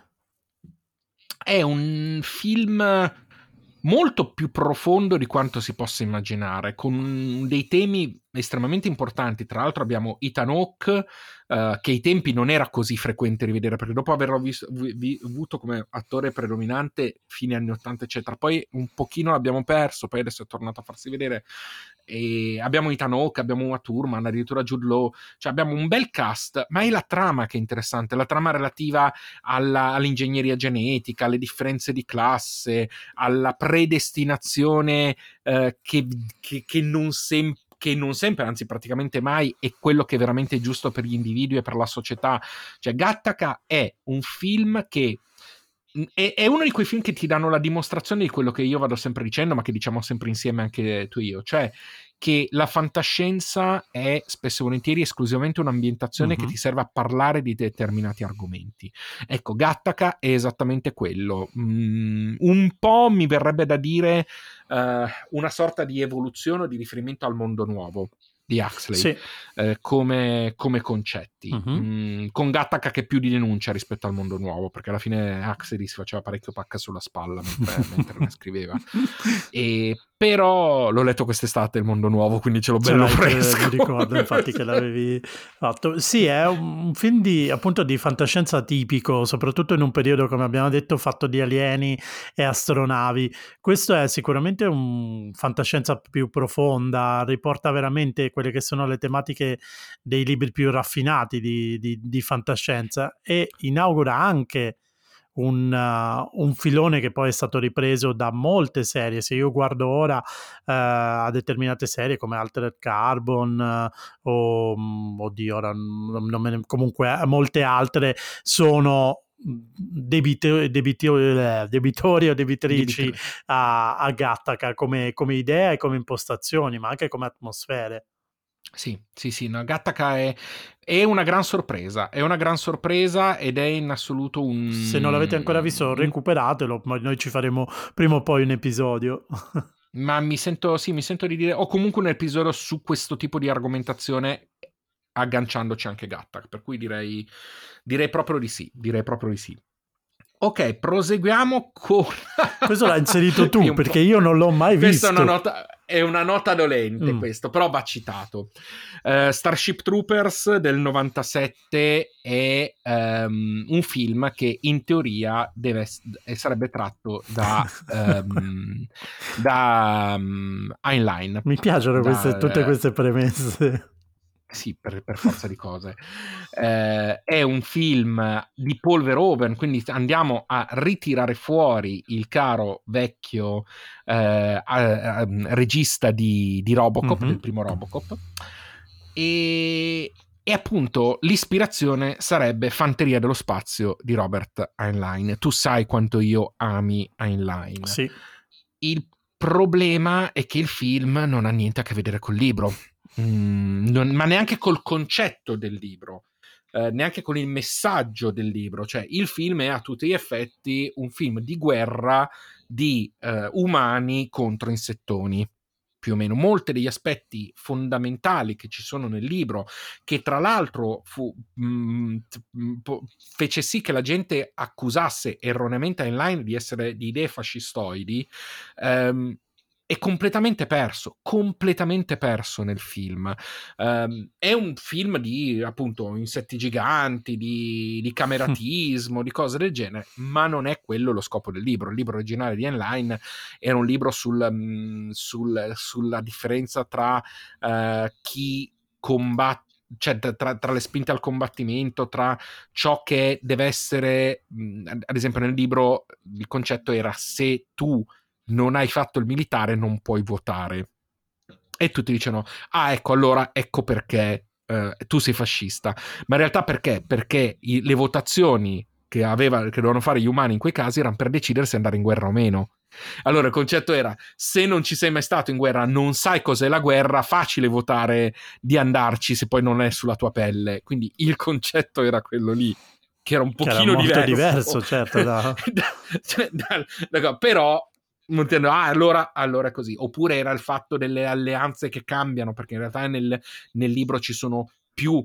è un film molto più profondo di quanto si possa immaginare, con dei temi estremamente importanti. Tra l'altro abbiamo Ethan Hawke, che ai tempi non era così frequente rivedere, perché dopo averlo avuto come attore predominante fine anni 80 eccetera, poi un pochino l'abbiamo perso, poi adesso è tornato a farsi vedere. E abbiamo Ethan Hawke, abbiamo Uma Thurman, addirittura Jude Law, cioè abbiamo un bel cast, ma è la trama che è interessante, la trama relativa all'ingegneria genetica, alle differenze di classe, alla predestinazione che non sempre, anzi praticamente mai, è quello che è veramente giusto per gli individui e per la società. Cioè Gattaca è un film che è uno di quei film che ti danno la dimostrazione di quello che io vado sempre dicendo, ma che diciamo sempre insieme anche tu e io, cioè che la fantascienza è spesso e volentieri esclusivamente un'ambientazione che ti serve a parlare di determinati argomenti. Ecco, Gattaca è esattamente quello. Un po' mi verrebbe da dire una sorta di evoluzione o di riferimento al mondo nuovo di Huxley, Sì. come concetti, con Gattaca che più di denuncia rispetto al mondo nuovo, perché alla fine Huxley si faceva parecchio pacca sulla spalla mentre ne scriveva. E però l'ho letto quest'estate il mondo nuovo, quindi ce l'ho bello fresco. Mi ricordo infatti che l'avevi fatto. Sì, è un film appunto di fantascienza tipico, soprattutto in un periodo, come abbiamo detto, fatto di alieni e astronavi. Questo è sicuramente un fantascienza più profonda, riporta veramente quelle che sono le tematiche dei libri più raffinati di fantascienza e inaugura anche un filone che poi è stato ripreso da molte serie. Se io guardo ora a determinate serie come Altered Carbon oddio, ora non me ne, comunque molte altre sono debitori o debitrici a Gattaca come idea e come impostazioni, ma anche come atmosfere. Sì, no, Gattaca è una gran sorpresa, ed è in assoluto Se non l'avete ancora visto, recuperatelo, ma noi ci faremo prima o poi un episodio. ma mi sento di dire, o comunque un episodio su questo tipo di argomentazione, agganciandoci anche Gattaca, per cui direi proprio di sì, Ok, proseguiamo con... Questo l'hai inserito tu, un po'. perché io non l'ho mai Questa visto. è una nota dolente, questo, però va citato. Starship Troopers del 97 è un film che in teoria sarebbe tratto da Heinlein. Mi piacciono tutte queste premesse. Sì, per forza di cose. È un film di Paul Verhoeven, quindi andiamo a ritirare fuori il caro vecchio regista di Robocop, del primo Robocop, e appunto l'ispirazione sarebbe Fanteria dello spazio di Robert Heinlein. Tu sai quanto io ami Heinlein. Sì. Il problema è che il film non ha niente a che vedere col libro. Ma neanche col concetto del libro, neanche con il messaggio del libro. Cioè il film è a tutti gli effetti un film di guerra di umani contro insettoni, più o meno. Molti degli aspetti fondamentali che ci sono nel libro, che tra l'altro fece sì che la gente accusasse erroneamente Heinlein di essere di idee fascistoidi, è completamente perso nel film. È un film di appunto insetti giganti, di cameratismo, di cose del genere, ma non è quello lo scopo del libro. Il libro originale di Heinlein era un libro sulla differenza tra chi combatte, cioè tra le spinte al combattimento, tra ciò che deve essere, ad esempio nel libro il concetto era: se tu non hai fatto il militare non puoi votare, e tutti dicono ecco, allora ecco perché tu sei fascista. Ma in realtà perché le votazioni che dovevano fare gli umani in quei casi erano per decidere se andare in guerra o meno. Allora il concetto era: se non ci sei mai stato in guerra, non sai cos'è la guerra, facile votare di andarci se poi non è sulla tua pelle. Quindi il concetto era quello lì, che era un pochino molto diverso, certo, però allora è così. Oppure era il fatto delle alleanze che cambiano, perché in realtà nel libro ci sono più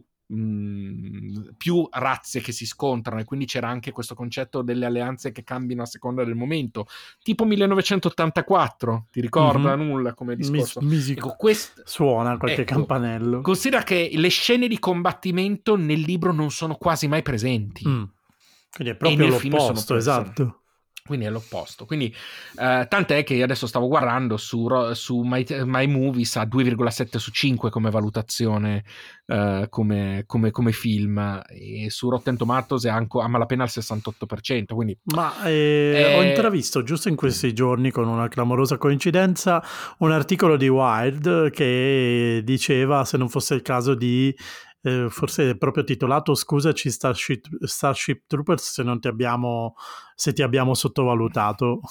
razze che si scontrano, e quindi c'era anche questo concetto delle alleanze che cambiano a seconda del momento, tipo 1984, ti ricorda nulla come discorso? Suona qualche campanello. Considera che le scene di combattimento nel libro non sono quasi mai presenti, quindi è proprio l'opposto, esatto. Quindi è l'opposto. Quindi tant'è che io adesso stavo guardando su My Movies a 2,7 su 5 come valutazione, come film, e su Rotten Tomatoes è anche a malapena al 68%. Quindi ho intravisto giusto in questi giorni, con una clamorosa coincidenza, un articolo di Wired che diceva se non fosse il caso di forse è proprio titolato "Scusaci Starship Troopers se ti abbiamo sottovalutato".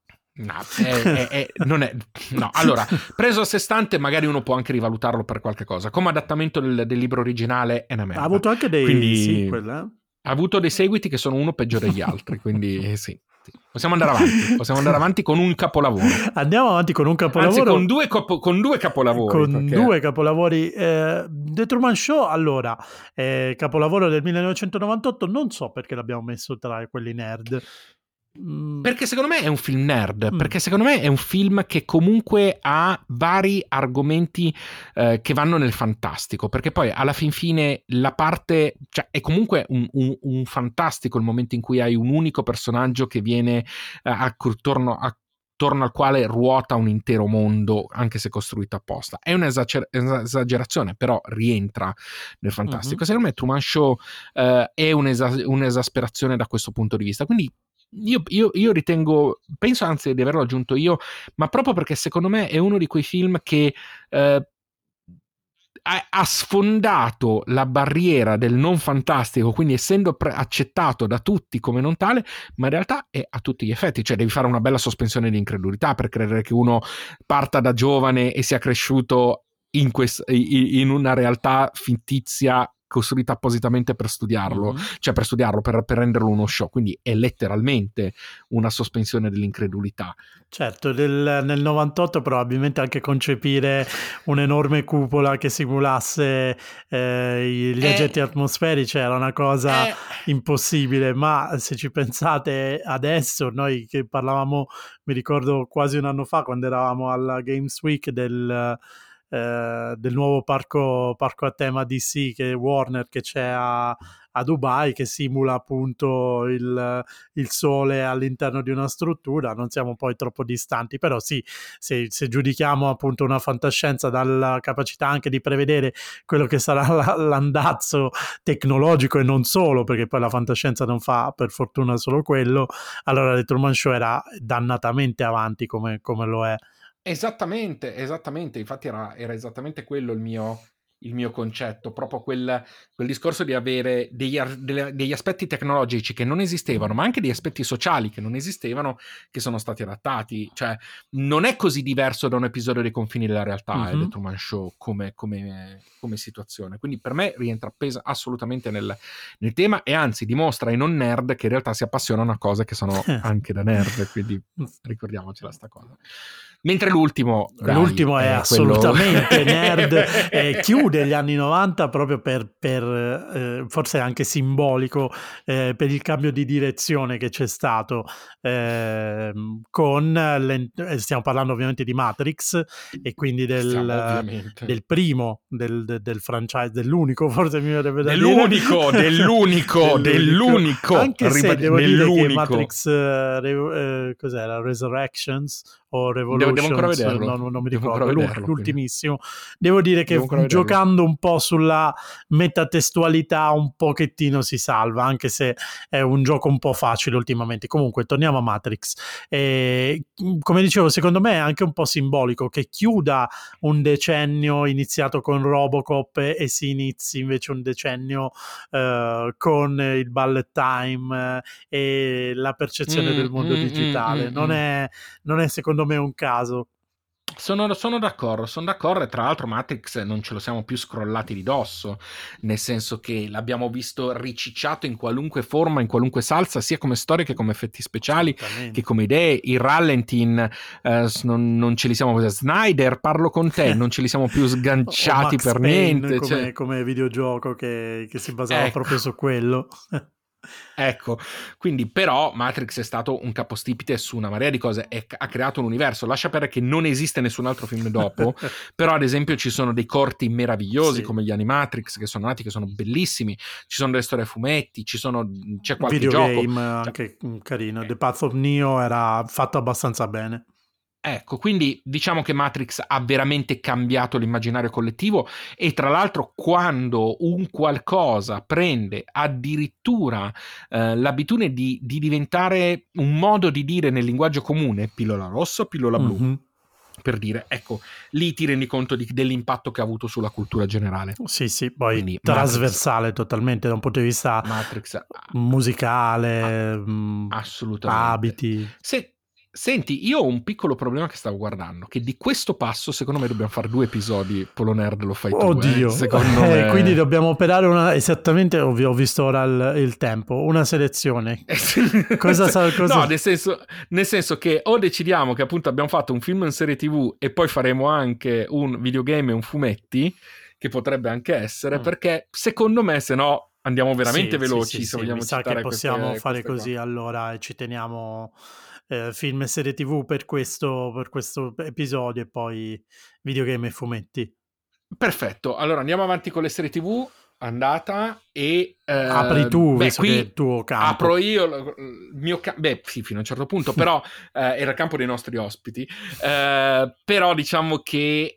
No, allora, preso a sé stante magari uno può anche rivalutarlo per qualche cosa. Come adattamento del libro originale è una merda. Ha avuto anche dei sequel, ha avuto dei seguiti che sono uno peggio degli altri, quindi sì. Possiamo andare avanti con un capolavoro. Andiamo avanti con un capolavoro. Anzi, con due capolavori. Due capolavori. The Truman Show, allora, capolavoro del 1998, non so perché l'abbiamo messo tra quelli nerd. Perché secondo me è un film nerd, perché secondo me è un film che comunque ha vari argomenti che vanno nel fantastico, perché poi alla fin fine la parte, cioè è comunque un fantastico il momento in cui hai un unico personaggio che viene attorno al quale ruota un intero mondo, anche se costruito apposta. È un'esagerazione, però rientra nel fantastico. Secondo me Truman Show è un'esasperazione da questo punto di vista, quindi io ritengo, penso anzi di averlo aggiunto io, ma proprio perché secondo me è uno di quei film che ha sfondato la barriera del non fantastico, quindi essendo accettato da tutti come non tale, ma in realtà è a tutti gli effetti, cioè devi fare una bella sospensione di incredulità per credere che uno parta da giovane e sia cresciuto in una realtà fittizia costruita appositamente per studiarlo, cioè per renderlo uno show. Quindi è letteralmente una sospensione dell'incredulità. Certo, nel 98 probabilmente anche concepire un'enorme cupola che simulasse gli agenti atmosferici era una cosa impossibile, ma se ci pensate adesso, noi che parlavamo, mi ricordo quasi un anno fa quando eravamo alla Games Week del nuovo parco a tema DC, che è Warner, che c'è a Dubai, che simula appunto il sole all'interno di una struttura. Non siamo poi troppo distanti, però sì, se giudichiamo appunto una fantascienza dalla capacità anche di prevedere quello che sarà l'andazzo tecnologico, e non solo, perché poi la fantascienza non fa per fortuna solo quello, allora The Truman Show era dannatamente avanti come lo è. Esattamente, infatti era esattamente quello il mio concetto, proprio quel discorso di avere degli aspetti tecnologici che non esistevano, ma anche degli aspetti sociali che non esistevano, che sono stati adattati. Cioè non è così diverso da un episodio dei confini della realtà, The Truman Show come situazione, quindi per me rientra assolutamente nel tema, e anzi dimostra ai non nerd che in realtà si appassionano a cose che sono anche da nerd, quindi ricordiamocela sta cosa. Mentre l'ultimo è assolutamente nerd, chiude gli anni 90 proprio per forse anche simbolico, per il cambio di direzione che c'è stato, stiamo parlando ovviamente di Matrix, e quindi del primo del franchise, dell'unico, forse mi verrebbe da dell'unico, dire dell'unico, anche se devo dire che dell'unico. Matrix cos'era, Resurrections o Devo Revolutions, ancora vederlo. non mi Devo ricordo, ancora vederlo, l'ultimissimo. Devo dire che giocando un po' sulla metatestualità un pochettino si salva, anche se è un gioco un po' facile ultimamente. Comunque torniamo a Matrix. Come dicevo, secondo me è anche un po' simbolico che chiuda un decennio iniziato con Robocop e si inizi invece un decennio con il bullet time e la percezione del mondo digitale. Non è secondo me un caso. Sono d'accordo, e tra l'altro Matrix non ce lo siamo più scrollati di dosso, nel senso che l'abbiamo visto ricicciato in qualunque forma, in qualunque salsa, sia come storie che come effetti speciali, che come idee. I Rallentin non ce li siamo, Snyder, parlo con te, non ce li siamo più sganciati Max per Payne, niente. come videogioco che si basava proprio su quello. Ecco, quindi però Matrix è stato un capostipite su una marea di cose e ha creato un universo. Lascia perdere che non esiste nessun altro film dopo, però ad esempio ci sono dei corti meravigliosi come gli Animatrix che sono nati, che sono bellissimi, ci sono delle storie a fumetti, c'è qualche videogame gioco anche carino. The Path of Neo era fatto abbastanza bene. Ecco, quindi diciamo che Matrix ha veramente cambiato l'immaginario collettivo, e tra l'altro quando un qualcosa prende addirittura l'abitudine di diventare un modo di dire nel linguaggio comune, pillola rossa, pillola blu, per dire, ecco, lì ti rendi conto dell'impatto che ha avuto sulla cultura generale. Sì, poi quindi trasversale Matrix, totalmente da un punto di vista musicale, assolutamente. abiti. Senti, io ho un piccolo problema che stavo guardando, che di questo passo secondo me dobbiamo fare 2 episodi, Polo Nerd lo fai tu. Oddio, secondo me... quindi dobbiamo operare esattamente, ho visto ora il tempo, una selezione. cosa? No, nel senso che o decidiamo che appunto abbiamo fatto un film in serie TV e poi faremo anche un videogame e un fumetti, che potrebbe anche essere, perché secondo me se no andiamo veramente veloci. Sì, mi sa che possiamo fare così allora, e ci teniamo film e serie TV per questo episodio, e poi videogame e fumetti. Perfetto, allora andiamo avanti con le serie TV, andata, e apri tu, visto qui che è il tuo campo. Apro io il mio campo, sì, fino a un certo punto, però era il campo dei nostri ospiti, però diciamo che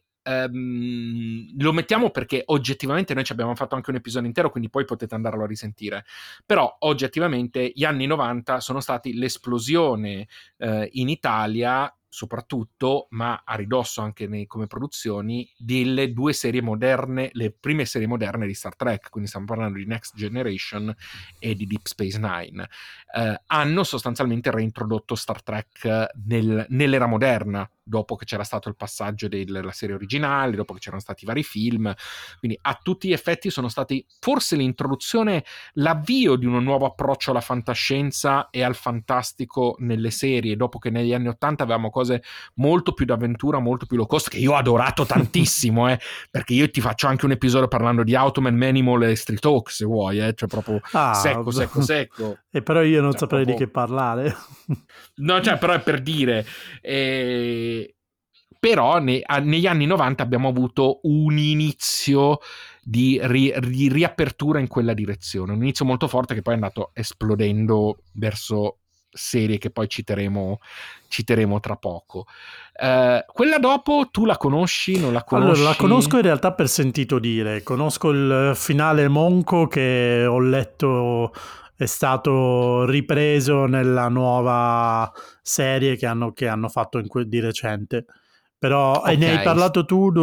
lo mettiamo perché oggettivamente noi ci abbiamo fatto anche un episodio intero, quindi poi potete andarlo a risentire. Però oggettivamente gli anni 90 sono stati l'esplosione in Italia soprattutto, ma a ridosso anche come produzioni, delle 2 serie moderne, le prime serie moderne di Star Trek, quindi stiamo parlando di Next Generation e di Deep Space Nine. Hanno sostanzialmente reintrodotto Star Trek nell'era moderna, dopo che c'era stato il passaggio della serie originale, dopo che c'erano stati vari film, quindi a tutti gli effetti sono stati forse l'introduzione, l'avvio di un nuovo approccio alla fantascienza e al fantastico nelle serie, dopo che negli anni 80 avevamo cose molto più d'avventura, molto più low cost, che io ho adorato tantissimo, perché io ti faccio anche un episodio parlando di Automan, Manimal e Street Hawk, se vuoi, cioè proprio secco. E però io non saprei proprio di che parlare. No, cioè, però è per dire. Però negli anni 90 abbiamo avuto un inizio di riapertura in quella direzione, un inizio molto forte che poi è andato esplodendo verso serie che poi citeremo tra poco. Quella dopo tu la conosci, non la conosci? Allora, la conosco in realtà per sentito dire, conosco il finale monco che ho letto è stato ripreso nella nuova serie che hanno fatto di recente. Però ne hai parlato tu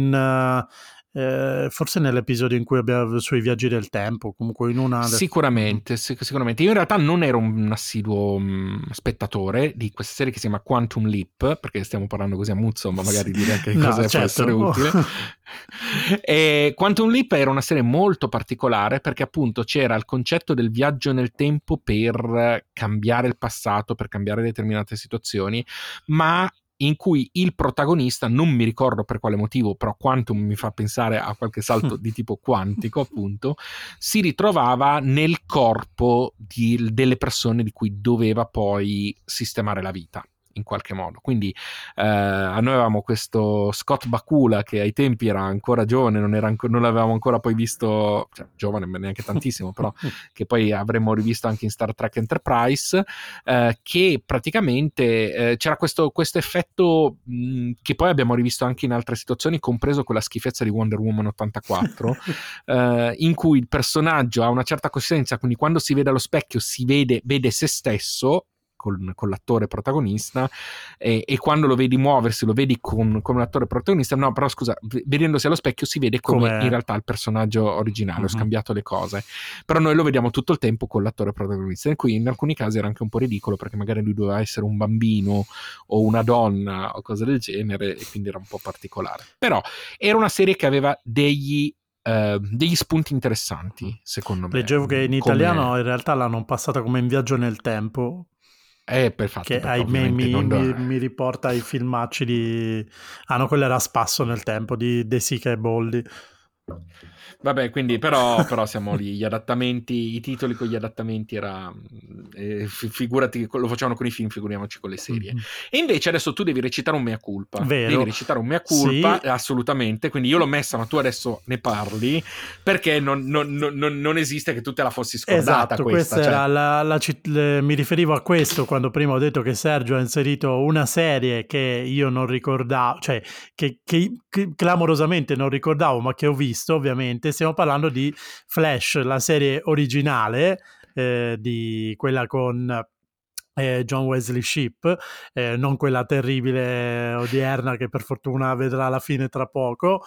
forse nell'episodio in cui abbiamo sui viaggi del tempo, comunque in una... Sicuramente. Io in realtà non ero un assiduo spettatore di questa serie che si chiama Quantum Leap, perché stiamo parlando così a muzzo, ma magari dire anche cosa può essere utile. E Quantum Leap era una serie molto particolare perché appunto c'era il concetto del viaggio nel tempo per cambiare il passato, per cambiare determinate situazioni, ma in cui il protagonista, non mi ricordo per quale motivo, però Quantum mi fa pensare a qualche salto di tipo quantico, appunto, si ritrovava nel corpo delle persone di cui doveva poi sistemare la vita in qualche modo. Quindi noi avevamo questo Scott Bakula che ai tempi era ancora giovane, non l'avevamo ancora poi visto, cioè giovane ma neanche tantissimo, però che poi avremmo rivisto anche in Star Trek Enterprise, che praticamente c'era questo effetto che poi abbiamo rivisto anche in altre situazioni, compreso quella schifezza di Wonder Woman 84, in cui il personaggio ha una certa coscienza, quindi quando si vede allo specchio vede se stesso con l'attore protagonista, e quando lo vedi muoversi lo vedi con l'attore protagonista, no, però scusa, vedendosi allo specchio si vede come in realtà il personaggio originale. Ho scambiato le cose, però noi lo vediamo tutto il tempo con l'attore protagonista, e qui in alcuni casi era anche un po' ridicolo perché magari lui doveva essere un bambino o una donna o cose del genere, e quindi era un po' particolare. Però era una serie che aveva degli spunti interessanti, secondo me. Leggevo che in italiano in realtà l'hanno passata come In viaggio nel tempo, che ahimè mi riporta ai filmacci no, quello era Spasso nel tempo di De Sica e Boldi. Vabbè, quindi però siamo lì, gli adattamenti, i titoli con gli adattamenti era figurati che lo facevano con i film, figuriamoci con le serie. E invece adesso tu devi recitare un mea culpa. Vero. Devi recitare un mea culpa, sì. Assolutamente, quindi io l'ho messa, ma tu adesso ne parli, perché non esiste che tu te la fossi scordata. Esatto, questa era mi riferivo a questo quando prima ho detto che Sergio ha inserito una serie che io non ricordavo, cioè che clamorosamente non ricordavo, ma che ho visto. Ovviamente stiamo parlando di Flash, la serie originale, di quella con John Wesley Shipp, non quella terribile odierna che per fortuna vedrà la fine tra poco.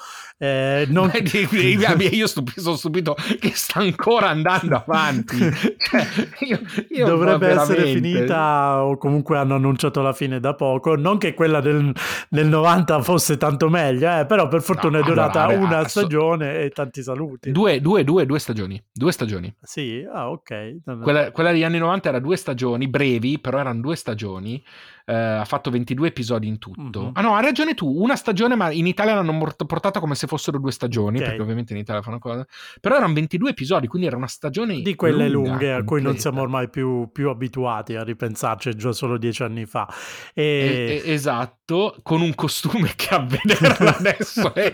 Io sono stupito che sta ancora andando avanti. Cioè, io dovrebbe essere finita, o comunque hanno annunciato la fine da poco. Non che quella del 90 fosse tanto meglio, però per fortuna è durata una stagione e tanti saluti. Due stagioni. Sì, ok. Quella degli anni 90 era 2 stagioni brevi, però erano 2 stagioni. Ha fatto 22 episodi in tutto. Ah no, hai ragione tu, una stagione, ma in Italia l'hanno portata come se fossero 2 stagioni, perché ovviamente in Italia fanno cosa. Però erano 22 episodi, quindi era una stagione di quelle lunghe completa, a cui non siamo ormai più abituati a ripensarci, già solo 10 anni fa. Esatto, con un costume che a vederla adesso è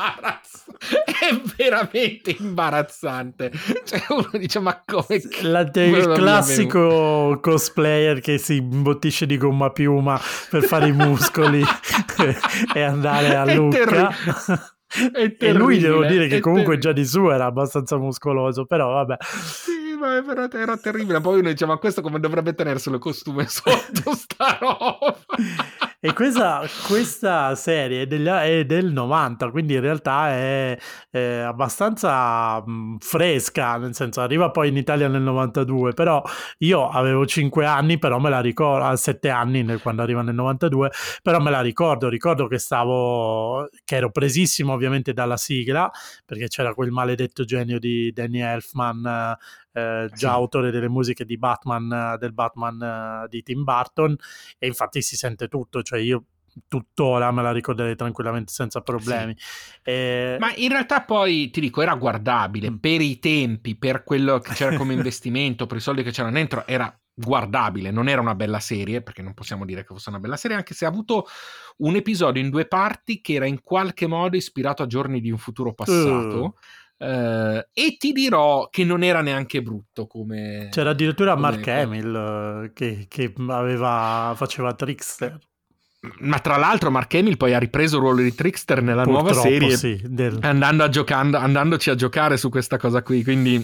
veramente imbarazzante. Cioè uno dice, ma come il classico cosplayer che si imbottisce di gomma piuma per fare i muscoli e andare a Lucca. E lui devo dire che comunque già di su era abbastanza muscoloso, però vabbè. Sì, ma era terribile. Poi uno diceva, ma questo come dovrebbe tenerselo il costume sotto sta roba? E questa serie è del 90, quindi in realtà è abbastanza fresca, nel senso arriva poi in Italia nel 92, però io avevo 5 anni, però me la ricordo, 7 anni quando arriva nel 92, però me la ricordo che ero presissimo ovviamente dalla sigla, perché c'era quel maledetto genio di Danny Elfman, già autore delle musiche di Batman, del Batman di Tim Burton, e infatti si sente tutto, cioè io tuttora me la ricorderei tranquillamente senza problemi. Ma in realtà poi ti dico, era guardabile per i tempi, per quello che c'era come investimento, per i soldi che c'erano dentro, era guardabile. Non era una bella serie, perché non possiamo dire che fosse una bella serie, anche se ha avuto un episodio in 2 parti che era in qualche modo ispirato a Giorni di un futuro passato. E ti dirò che non era neanche brutto come... C'era addirittura Mark Hamill che faceva Trickster. Ma tra l'altro Mark Hamill poi ha ripreso il ruolo di Trickster nella nuova serie, sì, andandoci a giocare su questa cosa qui, quindi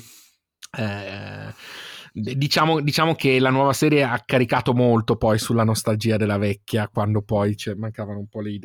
diciamo che la nuova serie ha caricato molto poi sulla nostalgia della vecchia, quando poi mancavano un po' le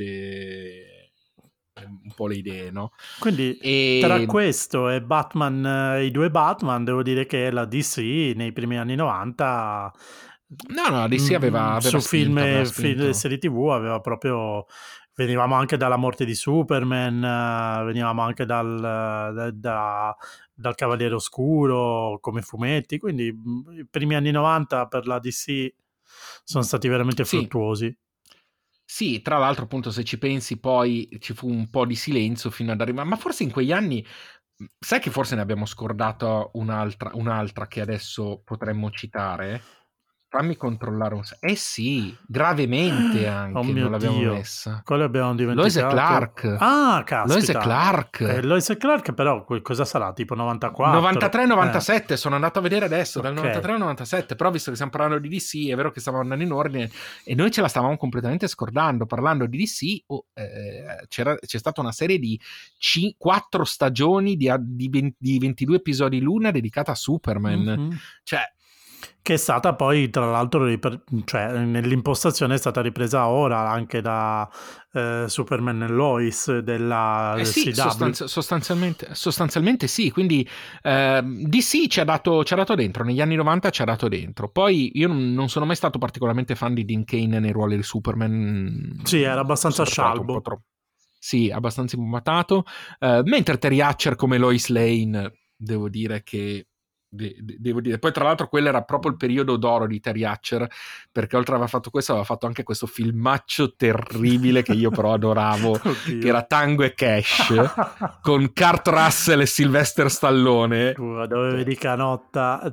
idee, no? Quindi tra questo e Batman, i 2 Batman, devo dire che la DC nei primi anni 90 la DC aveva su film e spinto. serie TV aveva proprio, venivamo anche dalla morte di Superman, venivamo anche dal Cavaliere Oscuro come fumetti, quindi i primi anni 90 per la DC sono stati veramente fruttuosi. Sì, tra l'altro appunto se ci pensi poi ci fu un po' di silenzio fino ad arrivare, ma forse in quegli anni, sai che forse ne abbiamo scordata un'altra che adesso potremmo citare? Fammi controllare Eh sì, gravemente Oh anche, mio non l'abbiamo Dio, messa. quello abbiamo Lois e dimenticato. Clark. Ah, Lois e caspita. Clark. Lois e Clark però cosa sarà? Tipo 94? 93-97, sono andato a vedere adesso, dal Ok. 93 al 97, però visto che stiamo parlando di DC, è vero che stiamo andando in ordine e noi ce la stavamo completamente scordando. Parlando di DC, c'è stata una serie di 4 stagioni di 22 episodi l'una dedicata a Superman. Mhm. Cioè, Che è stata poi, tra l'altro, cioè, nell'impostazione è stata ripresa ora anche da Superman e Lois della sì, CW. sostanzialmente sì, quindi DC ci ha dato dentro, negli anni 90 ci ha dato dentro. Poi io non sono mai stato particolarmente fan di Dean Cain nei ruoli di Superman. Sì, era abbastanza Sempre trovato un po' scialbo. troppo. Sì, abbastanza immatato. Mentre Terry Hatcher come Lois Lane, devo dire che devo dire, poi tra l'altro quello era proprio il periodo d'oro di Terry Hatcher, perché oltre ad aver fatto questo aveva fatto anche questo filmaccio terribile che io però adoravo, Oddio. che era Tango e Cash con Kurt Russell e Sylvester Stallone. Dove vedi Canotta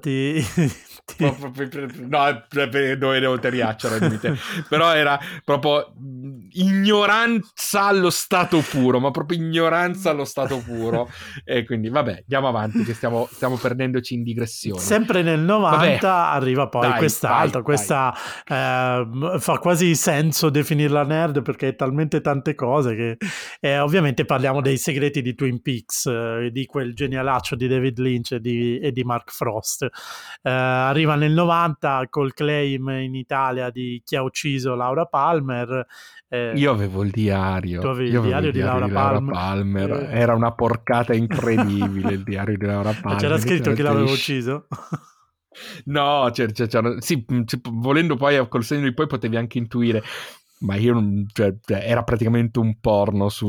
No, dove devo Terry Hatcher, però era proprio ignoranza allo stato puro, ma proprio ignoranza allo stato puro. E quindi vabbè, andiamo avanti che stiamo perdendoci in digressione. Sempre nel 90 vabbè, arriva poi quest'altro, questa fa quasi senso definirla nerd perché è talmente tante cose che ovviamente parliamo dei segreti di Twin Peaks, di quel genialaccio di David Lynch e di Mark Frost. Arriva nel 90 col claim in Italia di chi ha ucciso Laura Palmer. Io avevo il diario. Tu avevi il diario di Laura Palmer. Era una porcata incredibile il diario di Laura Palmer. Ma c'era scritto chi l'aveva ucciso? No, sì, volendo poi col segno di poi potevi anche intuire. Ma io non, era praticamente un porno su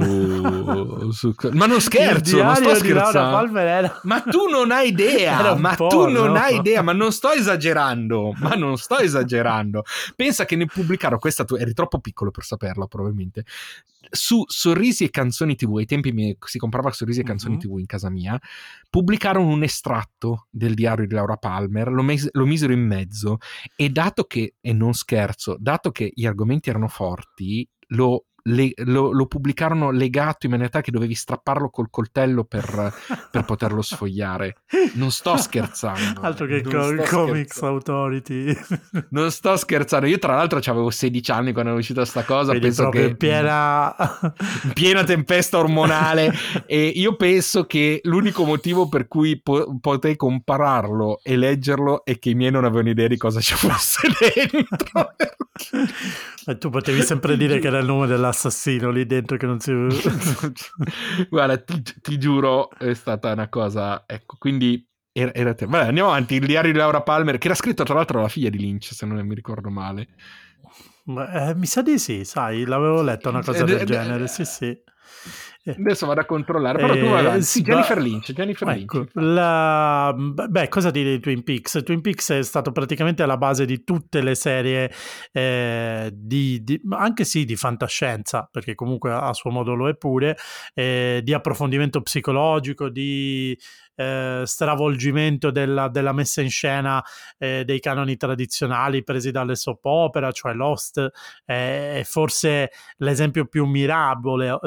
ma non scherzo, non sto scherzando. Ma tu non hai idea, ma non sto esagerando, Pensa che ne pubblicarono questa, eri troppo piccolo per saperla probabilmente. Su Sorrisi e Canzoni TV, ai tempi si comprava Sorrisi e Canzoni TV in casa mia, pubblicarono un estratto del diario di Laura Palmer, lo misero in mezzo e dato che, e non scherzo, dato che gli argomenti erano forti, lo pubblicarono legato in maniera tale che dovevi strapparlo col coltello per poterlo sfogliare. Non sto scherzando. Altro che Comics Authority. Non sto scherzando. Io tra l'altro avevo 16 anni quando è uscita sta cosa. Quindi penso che in piena tempesta ormonale e io penso che l'unico motivo per cui potei compararlo e leggerlo è che i miei non avevano idea di cosa ci fosse dentro. E tu potevi sempre dire che era il nome dell'assassino lì dentro che non si... Guarda, ti giuro, è stata una cosa, ecco, quindi vabbè, andiamo avanti. Il diario di Laura Palmer, che era scritto tra l'altro dalla figlia di Lynch, se non mi ricordo male. Mi sa di sì, sai, l'avevo letto una cosa del genere, sì. Adesso vado a controllare, però tu vai avanti. Sì, Jennifer Lynch. Ecco, cosa dire di Twin Peaks? Twin Peaks è stato praticamente alla base di tutte le serie anche sì di fantascienza, perché comunque a suo modo lo è pure, di approfondimento psicologico, di stravolgimento della messa in scena dei canoni tradizionali presi dalle soap opera, cioè Lost è forse l'esempio più mirabile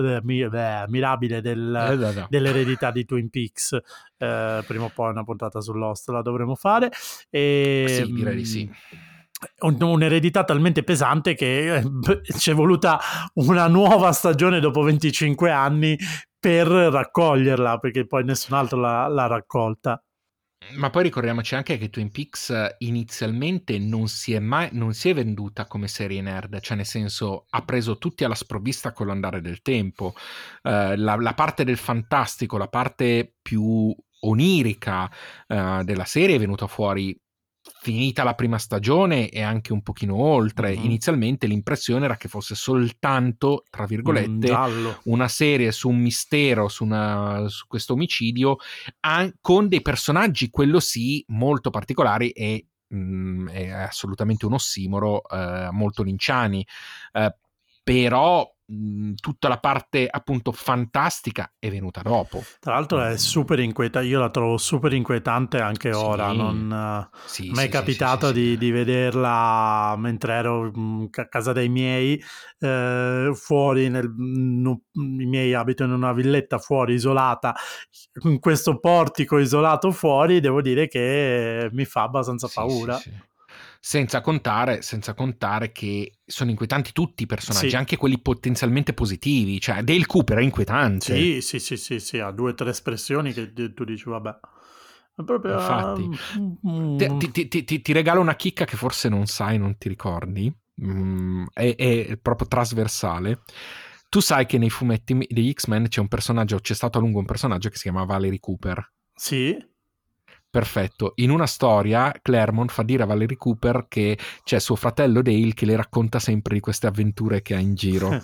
dell'eredità di Twin Peaks. Prima o poi una puntata su Lost la dovremo fare. Sì, direi di sì. Un'eredità talmente pesante che c'è voluta una nuova stagione dopo 25 anni per raccoglierla, perché poi nessun altro l'ha raccolta. Ma poi ricordiamoci anche che Twin Peaks inizialmente non si è venduta come serie nerd, cioè nel senso ha preso tutti alla sprovvista con l'andare del tempo. La parte del fantastico, la parte più onirica della serie è venuta fuori finita la prima stagione e anche un pochino oltre. Inizialmente l'impressione era che fosse soltanto, tra virgolette, una serie su un mistero, su questo omicidio, con dei personaggi, quello sì, molto particolari è assolutamente un ossimoro, molto linciani. però tutta la parte appunto fantastica è venuta dopo. Tra l'altro è super inquietante, io la trovo super inquietante anche ora, Sì, mi è sì, capitato sì, sì. di vederla mentre ero a casa dei miei, fuori, i miei abito in una villetta fuori, isolata, in questo portico isolato fuori, devo dire che mi fa abbastanza Sì, sì, paura. sì. Senza contare che sono inquietanti tutti i personaggi, Sì. anche quelli potenzialmente positivi. Cioè, Dale Cooper è inquietante. Sì, ha 2 o 3 espressioni che tu dici, vabbè, è proprio Infatti, ti regalo una chicca che forse non sai, non ti ricordi. È proprio trasversale. Tu sai che nei fumetti degli X-Men c'è stato a lungo un personaggio che si chiama Valerie Cooper. sì. Perfetto. In una storia, Claremont fa dire a Valerie Cooper che c'è suo fratello Dale che le racconta sempre di queste avventure che ha in giro.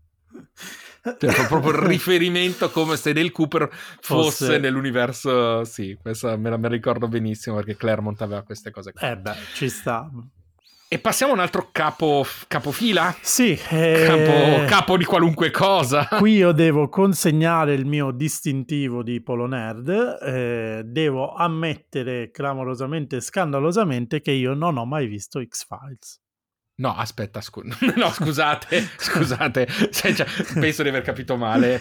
Cioè, fa proprio il riferimento come se Dale Cooper fosse nell'universo. Sì, questa me la ricordo benissimo perché Claremont aveva queste cose qua. Beh, ci sta. E passiamo a un altro capofila? Sì, capo di qualunque cosa. qui io devo consegnare il mio distintivo di Polo Nerd. Devo ammettere clamorosamente e scandalosamente che io non ho mai visto X-Files. No, aspetta, no, scusate, cioè, penso di aver capito male,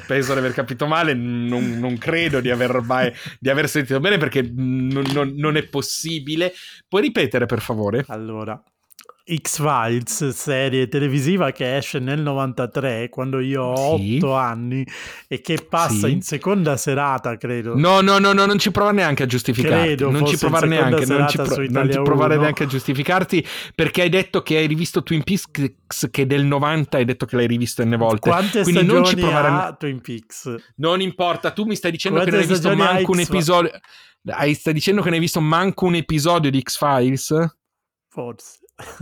non credo di aver sentito bene perché non è possibile. Puoi ripetere, per favore? Allora, X-Files, serie televisiva che esce nel 93, quando io ho Sì. 8 anni e che passa Sì. in seconda serata, credo. No, non ci provare neanche a giustificarti. Credo Non ci fosse in provare seconda neanche, serata su non ti Italia provare 1. neanche a giustificarti perché hai detto che hai rivisto Twin Peaks che è del 90, hai detto che l'hai rivisto n volte. Quante Quindi stagioni non ci provare ha Twin Peaks? Non importa, tu mi stai dicendo Quante che non hai visto stagioni ha manco un X-Files? episodio. Stai dicendo che non hai visto manco un episodio di X-Files? Forse.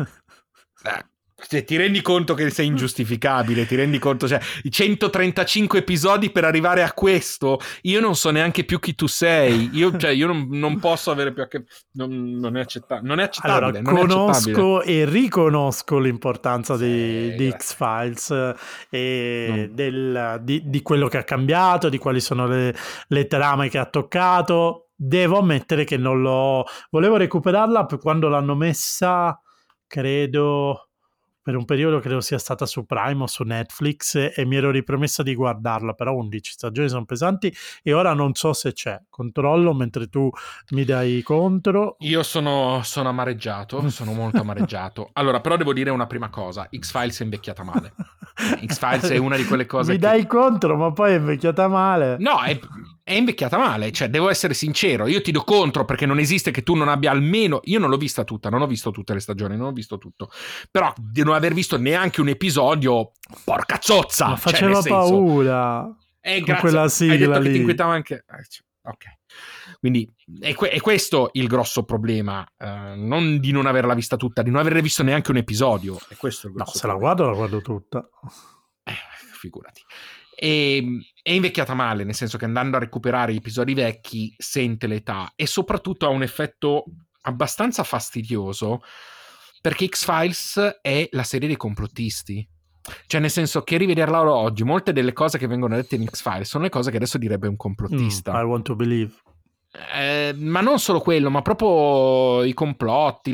Cioè, ti rendi conto che sei ingiustificabile? Ti rendi conto? Cioè, i 135 episodi per arrivare a questo, io non so neanche più chi tu sei. Io non posso avere più a che. Non è accettabile. Non è accettabile. Allora, conosco e riconosco l'importanza di Grazie. X-Files e di quello che ha cambiato, di quali sono le trame che ha toccato. Devo ammettere che non l'ho. Volevo recuperarla quando l'hanno messa, credo. Per un periodo credo sia stata su Prime o su Netflix e mi ero ripromessa di guardarla, però 11 stagioni sono pesanti e ora non so se c'è. Controllo mentre tu mi dai contro. Io sono amareggiato, sono molto amareggiato. Allora, però devo dire una prima cosa, X-Files è invecchiata male. X-Files è una di quelle cose mi dai contro, ma poi è invecchiata male. No, è invecchiata male, cioè devo essere sincero, io ti do contro perché non esiste che tu non abbia almeno, io non l'ho vista tutta, non ho visto tutte le stagioni, non ho visto tutto, però di non aver visto neanche un episodio, porca zozza, Ma faceva paura con grazie, quella sigla hai detto lì. che ti inquietava anche, ok, quindi è questo il grosso problema, non di non averla vista tutta, di non averle visto neanche un episodio, è questo il grosso problema. La guardo tutta. Figurati. E è invecchiata male, nel senso che andando a recuperare gli episodi vecchi sente l'età e soprattutto ha un effetto abbastanza fastidioso perché X-Files è la serie dei complottisti. Cioè, nel senso che rivederla oggi, molte delle cose che vengono dette in X-Files sono le cose che adesso direbbe un complottista. I want to believe. Ma non solo quello, ma proprio i complotti,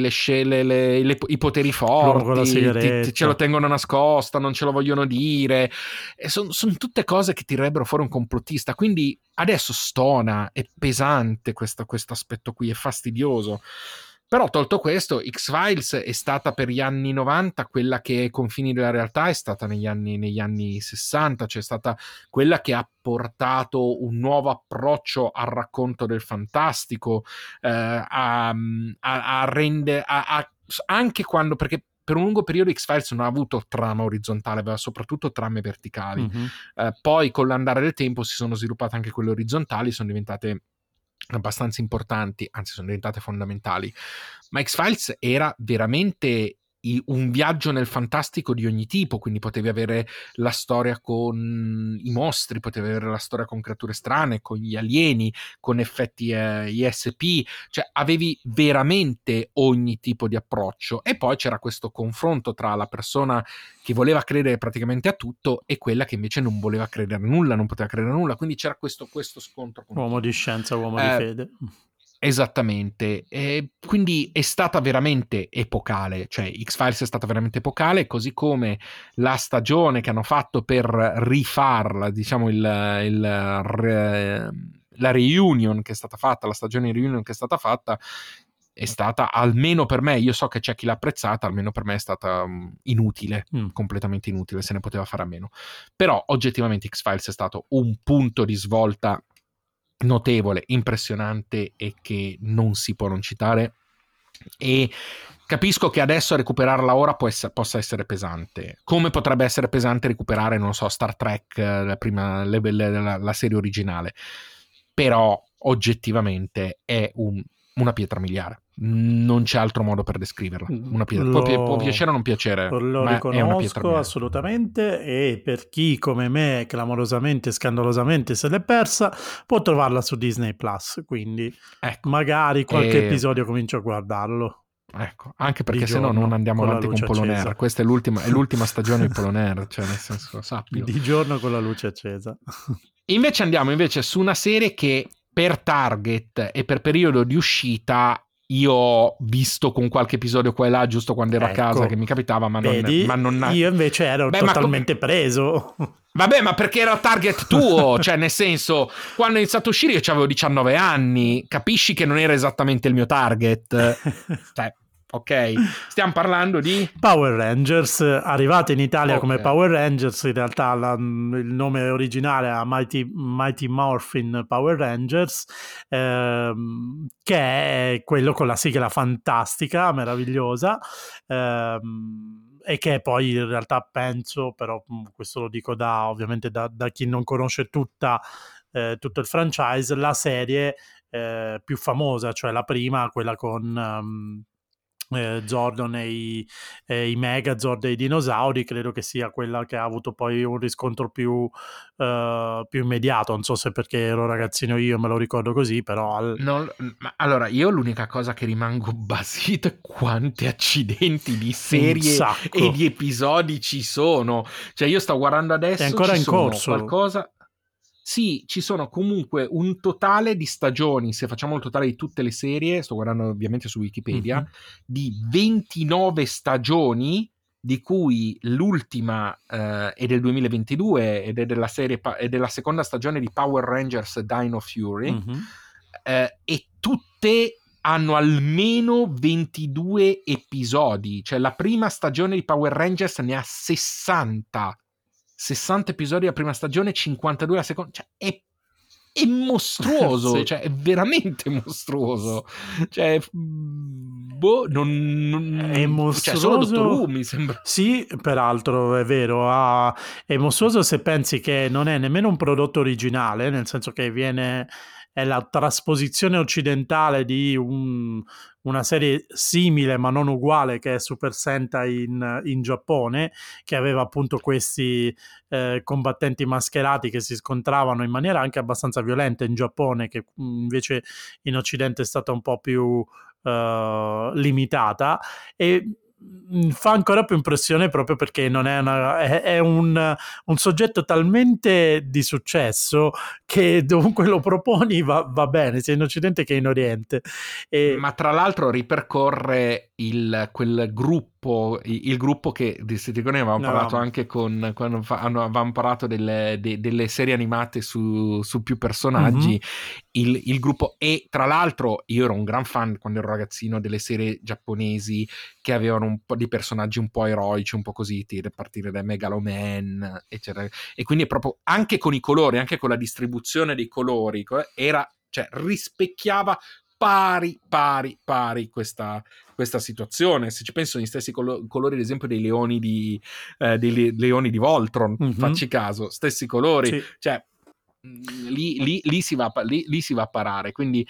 i poteri forti, ce lo tengono nascosta, non ce lo vogliono dire. Sono tutte cose che tirerebbero fuori un complottista. Quindi adesso stona, è pesante questo aspetto qui, è fastidioso. Però tolto questo, X-Files è stata per gli anni 90 quella che ai confini della realtà è stata negli anni 60, cioè è stata quella che ha portato un nuovo approccio al racconto del fantastico, anche quando, perché per un lungo periodo X-Files non ha avuto trama orizzontale, aveva soprattutto trame verticali. Poi con l'andare del tempo si sono sviluppate anche quelle orizzontali, sono diventate abbastanza importanti, anzi sono diventate fondamentali, ma X-Files era veramente un viaggio nel fantastico di ogni tipo, quindi potevi avere la storia con i mostri, potevi avere la storia con creature strane, con gli alieni, con effetti ISP, cioè avevi veramente ogni tipo di approccio. E poi c'era questo confronto tra la persona che voleva credere praticamente a tutto e quella che invece non voleva credere a nulla, non poteva credere a nulla, quindi c'era questo scontro continuo. Uomo di scienza, uomo di fede. Esattamente, e quindi è stata veramente epocale, cioè X-Files è stata veramente epocale, così come la stagione che hanno fatto per rifarla, diciamo la reunion che è stata fatta, la stagione reunion che è stata, almeno per me, io so che c'è chi l'ha apprezzata, almeno per me è stata inutile, completamente inutile, se ne poteva fare a meno. Però oggettivamente X-Files è stato un punto di svolta notevole, impressionante e che non si può non citare, e capisco che adesso recuperarla ora possa essere pesante, come potrebbe essere pesante recuperare, non so, Star Trek, la serie originale, però oggettivamente è una pietra miliare, non c'è altro modo per descriverla, una pietra. Può piacere o non piacere, lo ma è una pietra miliare. Assolutamente, e per chi come me clamorosamente, scandalosamente se l'è persa, può trovarla su Disney Plus, quindi magari qualche episodio comincio a guardarlo. Ecco, anche perché se no non andiamo avanti con Polonaire. Questa è l'ultima stagione di Polonaire, cioè nel senso, sappilo. Di giorno con la luce accesa. Invece andiamo su una serie che per target e per periodo di uscita io ho visto con qualche episodio qua e là, giusto quando ero a casa, che mi capitava, ma non io invece ero totalmente preso. Vabbè, ma perché era target tuo? Cioè, nel senso, quando è iniziato a uscire io avevo 19 anni, capisci che non era esattamente il mio target. Cioè, ok, stiamo parlando di Power Rangers, arrivate in Italia come Power Rangers, in realtà il nome originale è Mighty Morphin Power Rangers, che è quello con la sigla fantastica, meravigliosa, e che poi in realtà penso, però questo lo dico ovviamente da chi non conosce tutto il franchise, la serie più famosa, cioè la prima, quella con Zordon e i Megazord e i dinosauri, credo che sia quella che ha avuto poi un riscontro più immediato. Non so se perché ero ragazzino io me lo ricordo così, però ma allora io l'unica cosa che rimango basito è quanti accidenti di serie e di episodi ci sono. Cioè io sto guardando adesso, è ancora in corso qualcosa. Sì, ci sono comunque un totale di stagioni, se facciamo il totale di tutte le serie, sto guardando ovviamente su Wikipedia, di 29 stagioni, di cui l'ultima è del 2022 ed è della seconda stagione di Power Rangers Dino Fury, e tutte hanno almeno 22 episodi, cioè la prima stagione di Power Rangers ne ha 60 episodi la prima stagione, 52 la seconda, cioè è mostruoso, sì. Cioè è veramente mostruoso, cioè è mostruoso, cioè solo Doctor Who mi sembra. Sì, peraltro è vero, è mostruoso se pensi che non è nemmeno un prodotto originale, nel senso che è la trasposizione occidentale di una serie simile ma non uguale, che è Super Sentai in Giappone, che aveva appunto questi combattenti mascherati che si scontravano in maniera anche abbastanza violenta in Giappone, che invece in Occidente è stata un po' più limitata, e fa ancora più impressione proprio perché non è un soggetto talmente di successo che dovunque lo proponi va bene, sia in Occidente che in Oriente. Ma tra l'altro ripercorre quel gruppo, il gruppo che se ti ricordi avevamo parlato anche quando avevamo parlato delle serie animate su più personaggi, il gruppo. E tra l'altro io ero un gran fan quando ero ragazzino delle serie giapponesi che avevano un po' di personaggi un po' eroici, un po' così, a partire da Megaloman eccetera, e quindi proprio anche con i colori, anche con la distribuzione dei colori rispecchiava pari questa situazione. Se ci penso, gli stessi colori ad esempio dei leoni di Voltron, facci caso, stessi colori, sì. Cioè lì si va a parare, quindi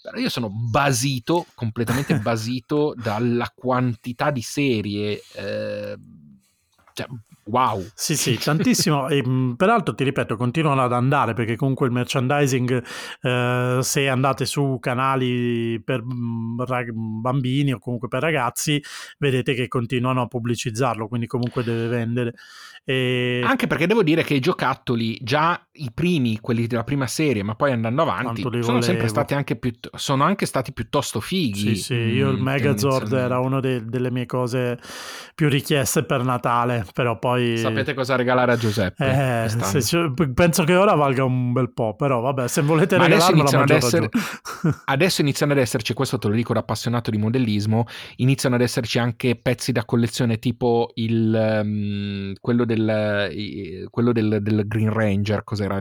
Però io sono completamente basito dalla quantità di serie, cioè, wow. Sì, tantissimo. E, peraltro, ti ripeto, continuano ad andare perché comunque il merchandising, se andate su canali per bambini o comunque per ragazzi, vedete che continuano a pubblicizzarlo, quindi comunque deve vendere. Anche perché devo dire che i giocattoli, già i primi, quelli della prima serie, ma poi andando avanti, sono sempre stati sono anche stati piuttosto fighi. Sì, io il Megazord era una delle mie cose più richieste per Natale, però poi... Sapete cosa regalare a Giuseppe? Penso che ora valga un bel po', però vabbè, se volete regalarmelo a maggior ragione. Adesso iniziano ad esserci, questo te lo dico da appassionato di modellismo, iniziano ad esserci anche pezzi da collezione tipo quello del Green Ranger, cos'era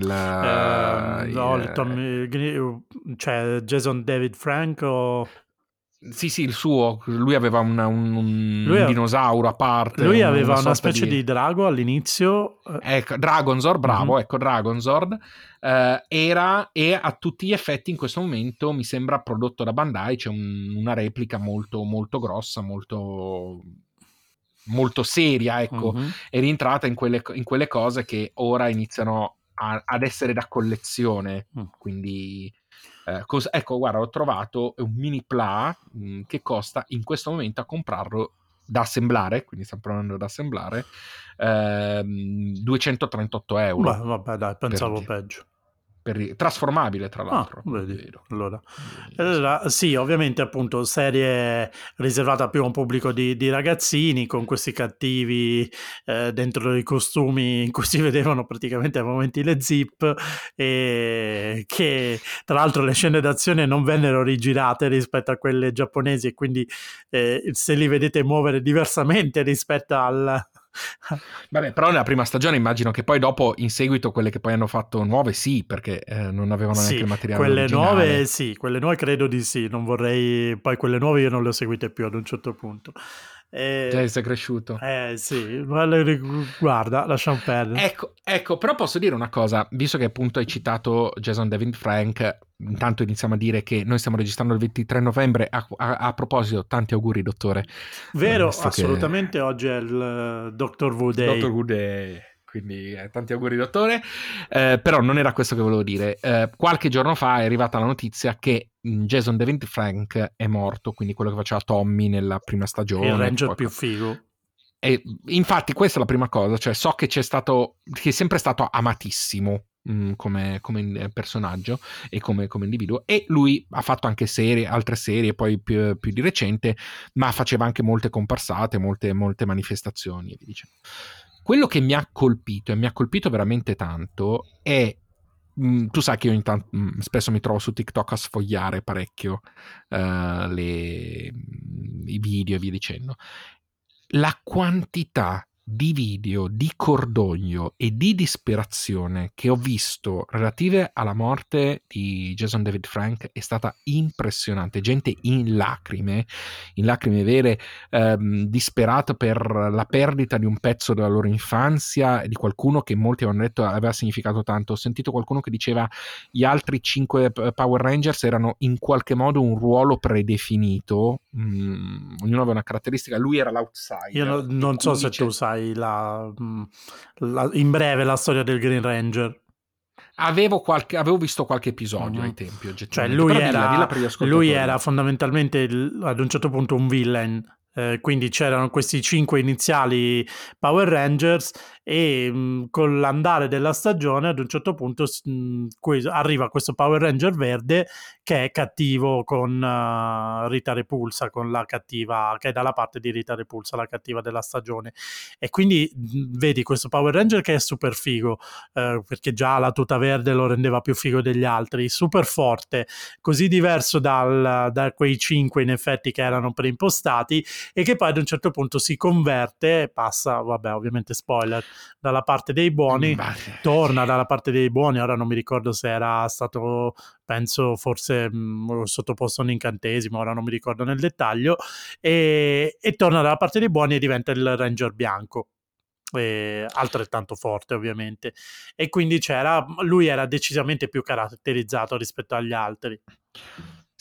cioè Jason David Frank o... Sì, il suo, lui aveva un dinosauro a parte. Lui aveva una specie di drago all'inizio. Ecco, Dragonzord, bravo, ecco, Dragonzord. Era, e a tutti gli effetti in questo momento mi sembra prodotto da Bandai, c'è una replica molto, molto grossa, molto, molto seria, ecco, è rientrata in quelle cose che ora iniziano ad essere da collezione, quindi... ecco, guarda, ho trovato un mini Pla che costa in questo momento a comprarlo da assemblare, quindi stiamo provando ad assemblare, 238 euro. Beh, vabbè, dai, pensavo peggio. Trasformabile, tra l'altro. Vedi, allora, sì, ovviamente appunto serie riservata più a un pubblico di ragazzini, con questi cattivi dentro i costumi in cui si vedevano praticamente a momenti le zip, e che tra l'altro le scene d'azione non vennero rigirate rispetto a quelle giapponesi, e quindi se li vedete muovere diversamente rispetto al... Vabbè, però nella prima stagione immagino che poi dopo, in seguito, quelle che poi hanno fatto nuove, sì, perché non avevano neanche il materiale quelle originale. nuove sì, quelle nuove credo di sì, non vorrei, poi quelle nuove io non le ho seguite più ad un certo punto. Sei cresciuto. Sì, guarda, lasciamo perdere. Ecco, però posso dire una cosa, visto che appunto hai citato Jason David Frank, intanto iniziamo a dire che noi stiamo registrando il 23 novembre, a proposito, tanti auguri dottore. Vero, assolutamente, oggi è il Dr. Who Day. Dr. Who Day. Quindi tanti auguri dottore, però non era questo che volevo dire. Qualche giorno fa è arrivata la notizia che Jason David Frank è morto, quindi quello che faceva Tommy nella prima stagione. Il Ranger più figo. E infatti questa è la prima cosa, cioè so che che è sempre stato amatissimo come personaggio e come individuo, e lui ha fatto anche altre serie poi più di recente, ma faceva anche molte comparsate, molte manifestazioni, vi dicevo. Quello che mi ha colpito, e mi ha colpito veramente tanto, è tu sai che io spesso mi trovo su TikTok a sfogliare parecchio i video e via dicendo. La quantità di video di cordoglio e di disperazione che ho visto relative alla morte di Jason David Frank è stata impressionante. Gente in lacrime vere, disperata per la perdita di un pezzo della loro infanzia e di qualcuno che molti avevano detto aveva significato tanto. Ho sentito qualcuno che diceva gli altri 5 Power Rangers erano in qualche modo un ruolo predefinito, ognuno aveva una caratteristica, lui era l'outsider. Io non so se tu sai in breve la storia del Green Ranger. Avevo visto qualche episodio ai tempi, cioè lui era fondamentalmente ad un certo punto un villain, quindi c'erano questi 5 iniziali Power Rangers e con l'andare della stagione ad un certo punto arriva questo Power Ranger verde che è cattivo con Rita Repulsa, con la cattiva che è dalla parte di Rita Repulsa, la cattiva della stagione, e quindi vedi questo Power Ranger che è super figo, perché già la tuta verde lo rendeva più figo degli altri, super forte, così diverso da quei 5 in effetti che erano preimpostati, e che poi ad un certo punto si converte e passa, vabbè, ovviamente spoiler, dalla parte dei buoni, torna dalla parte dei buoni. Ora non mi ricordo se era stato, penso forse sottoposto a un incantesimo, ora non mi ricordo nel dettaglio, e torna dalla parte dei buoni e diventa il Ranger bianco, altrettanto forte ovviamente, e quindi lui era decisamente più caratterizzato rispetto agli altri.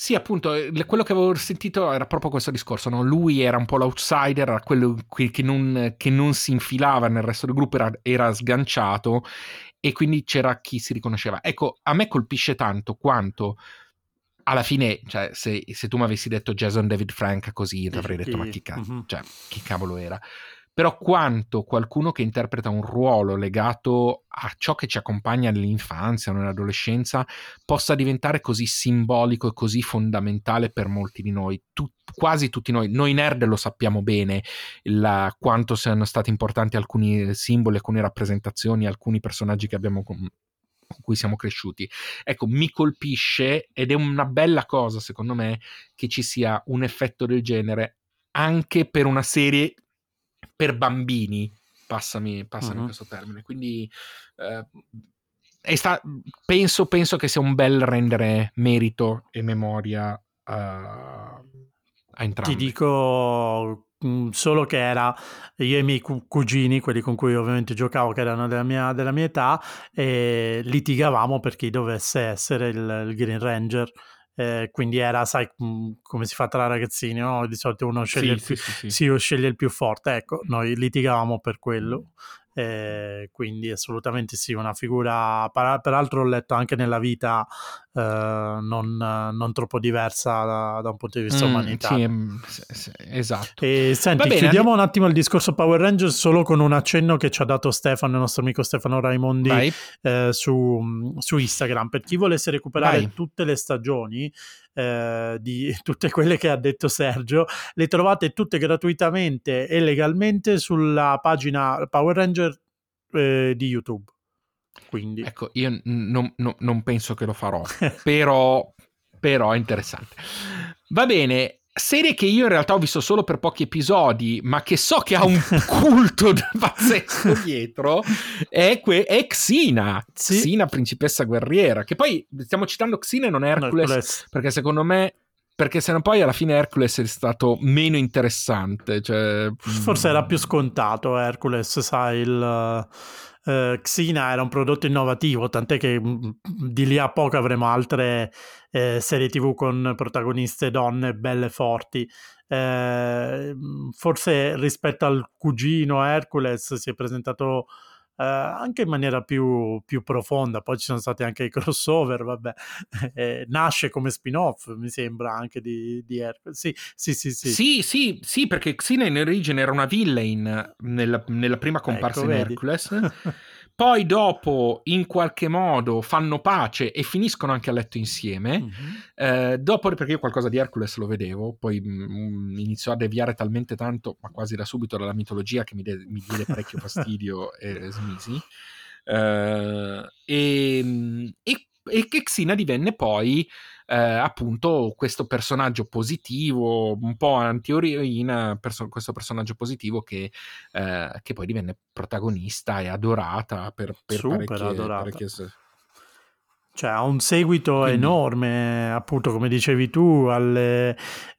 Sì, appunto, quello che avevo sentito era proprio questo discorso, no? Lui era un po' l'outsider, era quello che non si infilava nel resto del gruppo, era sganciato, e quindi c'era chi si riconosceva. Ecco, a me colpisce tanto quanto alla fine, cioè, se tu mi avessi detto Jason David Frank così, ti avrei detto ma chi cavolo era? Però quanto qualcuno che interpreta un ruolo legato a ciò che ci accompagna nell'infanzia o nell'adolescenza possa diventare così simbolico e così fondamentale per molti di noi, quasi tutti noi nerd lo sappiamo bene, quanto siano stati importanti alcuni simboli, alcune rappresentazioni, alcuni personaggi che abbiamo con cui siamo cresciuti. Ecco, mi colpisce, ed è una bella cosa secondo me, che ci sia un effetto del genere anche per una serie per bambini, passami questo termine, quindi penso che sia un bel rendere merito e memoria a entrambi. Ti dico solo che era io e i miei cugini, quelli con cui ovviamente giocavo, che erano della mia età, e litigavamo per chi dovesse essere il Green Ranger. Quindi era, sai, come si fa tra ragazzini, no? Di solito uno sceglie sceglie il più forte. Ecco, noi litigavamo per quello. Quindi assolutamente sì, una figura, peraltro ho letto anche nella vita non troppo diversa da un punto di vista umanitario. Sì, esatto. E senti, chiudiamo un attimo il discorso Power Rangers solo con un accenno che ci ha dato Stefano, il nostro amico Stefano Raimondi, su Instagram. Per chi volesse recuperare tutte le stagioni di tutte quelle che ha detto Sergio, le trovate tutte gratuitamente e legalmente sulla pagina Power Ranger di YouTube. Quindi ecco, io non penso che lo farò, però è interessante. Va bene. Serie che io in realtà ho visto solo per pochi episodi, ma che so che ha un culto pazzesco dietro, è Xena. Sì. Xena, principessa guerriera. Che poi stiamo citando Xena e non Hercules, perché secondo me, perché se no poi alla fine Hercules è stato meno interessante. Cioè, forse era più scontato Hercules, sai, Xena era un prodotto innovativo, tant'è che di lì a poco avremo altre serie TV con protagoniste donne belle forti. Forse rispetto al cugino Hercules si è presentato anche in maniera più profonda. Poi ci sono stati anche i crossover, vabbè. Nasce come spin-off, mi sembra, anche di Hercules. Sì, perché Xena in origine era una villain nella prima comparsa in Hercules. Poi dopo in qualche modo fanno pace e finiscono anche a letto insieme. Dopo, perché io qualcosa di Hercules lo vedevo, poi iniziò a deviare talmente tanto, ma quasi da subito, dalla mitologia, che mi diede parecchio fastidio e smisi. E che Xena divenne poi appunto questo personaggio positivo, un po' anti-eroina, questo personaggio positivo che poi divenne protagonista e adorata per parecchie. Cioè ha un seguito enorme, appunto, come dicevi tu, ai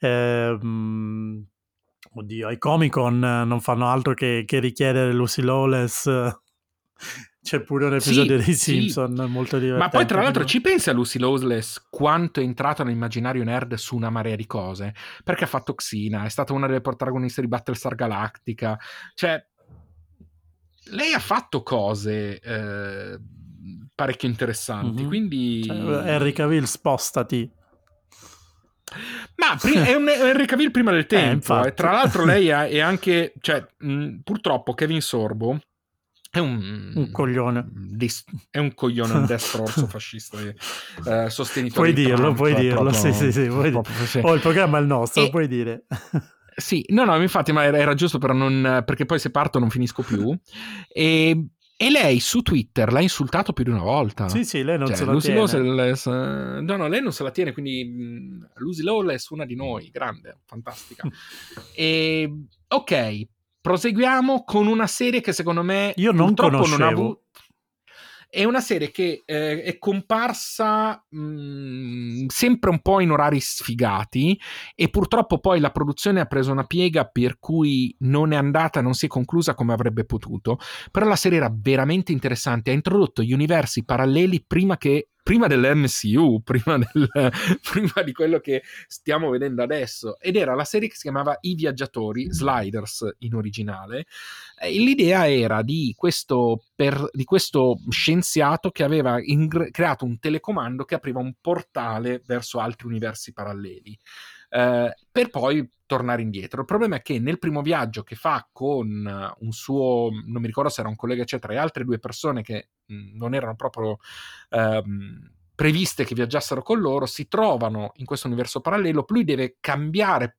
Comic-Con non fanno altro che richiedere Lucy Lawless. C'è pure un episodio dei Simpson molto divertente. Ma poi tra l'altro ci pensi a Lucy Lawless quanto è entrato nell'immaginario nerd su una marea di cose, perché ha fatto Xena, è stata una delle protagoniste di Battlestar Galactica, cioè lei ha fatto cose parecchio interessanti, quindi Henry Cavill, spostati. Ma è un Henry Cavill prima del tempo, e tra l'altro lei è anche, cioè, purtroppo Kevin Sorbo è un coglione. È un coglione, un destro orso fascista sostenitore. Puoi dirlo, sì. Il programma è il nostro, puoi dire. Sì, no, infatti, ma era giusto perché poi se parto non finisco più. E lei su Twitter l'ha insultato più di una volta. Sì, lei non se la tiene. No, lei non se la tiene, quindi Lucy Lawless, una di noi, grande, fantastica. Ok, proseguiamo con una serie che secondo me io non conoscevo. Non ha avuto. È una serie che è comparsa sempre un po' in orari sfigati, e purtroppo poi la produzione ha preso una piega per cui non si è conclusa come avrebbe potuto. Però la serie era veramente interessante, ha introdotto gli universi paralleli prima che prima dell'MCU, prima di quello che stiamo vedendo adesso, ed era la serie che si chiamava I Viaggiatori, Sliders in originale. L'idea era di questo scienziato che aveva creato un telecomando che apriva un portale verso altri universi paralleli, per poi tornare indietro. Il problema è che nel primo viaggio che fa con un suo, non mi ricordo se era un collega eccetera, e altre due persone che non erano proprio previste che viaggiassero con loro, si trovano in questo universo parallelo. Lui deve cambiare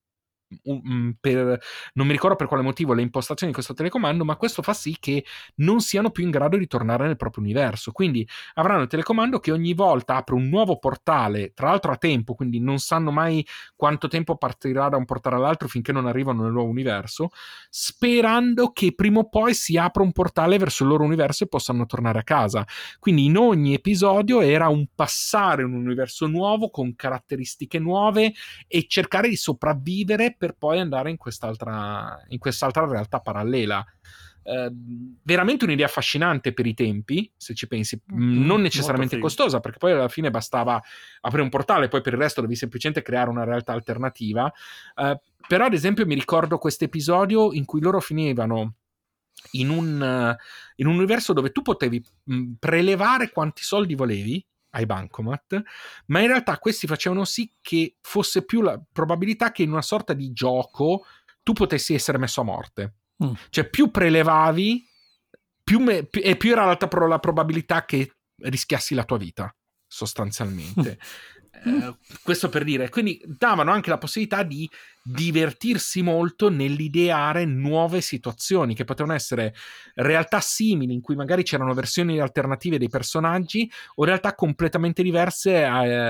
non mi ricordo per quale motivo le impostazioni di questo telecomando, ma questo fa sì che non siano più in grado di tornare nel proprio universo. Quindi avranno il telecomando che ogni volta apre un nuovo portale, tra l'altro a tempo, quindi non sanno mai quanto tempo partirà da un portale all'altro finché non arrivano nel nuovo universo, sperando che prima o poi si apra un portale verso il loro universo e possano tornare a casa. Quindi in ogni episodio era un passare in un universo nuovo con caratteristiche nuove e cercare di sopravvivere per poi andare in quest'altra realtà parallela. Veramente un'idea affascinante per i tempi, se ci pensi, non necessariamente costosa, perché poi alla fine bastava aprire un portale, poi per il resto devi semplicemente creare una realtà alternativa. Però ad esempio mi ricordo questo episodio in cui loro finivano in un universo dove tu potevi prelevare quanti soldi volevi ai bancomat, ma in realtà questi facevano sì che fosse più la probabilità che in una sorta di gioco tu potessi essere messo a morte. Cioè più prelevavi, più era alta la probabilità che rischiassi la tua vita, sostanzialmente. Questo per dire, quindi davano anche la possibilità di divertirsi molto nell'ideare nuove situazioni che potevano essere realtà simili in cui magari c'erano versioni alternative dei personaggi o realtà completamente diverse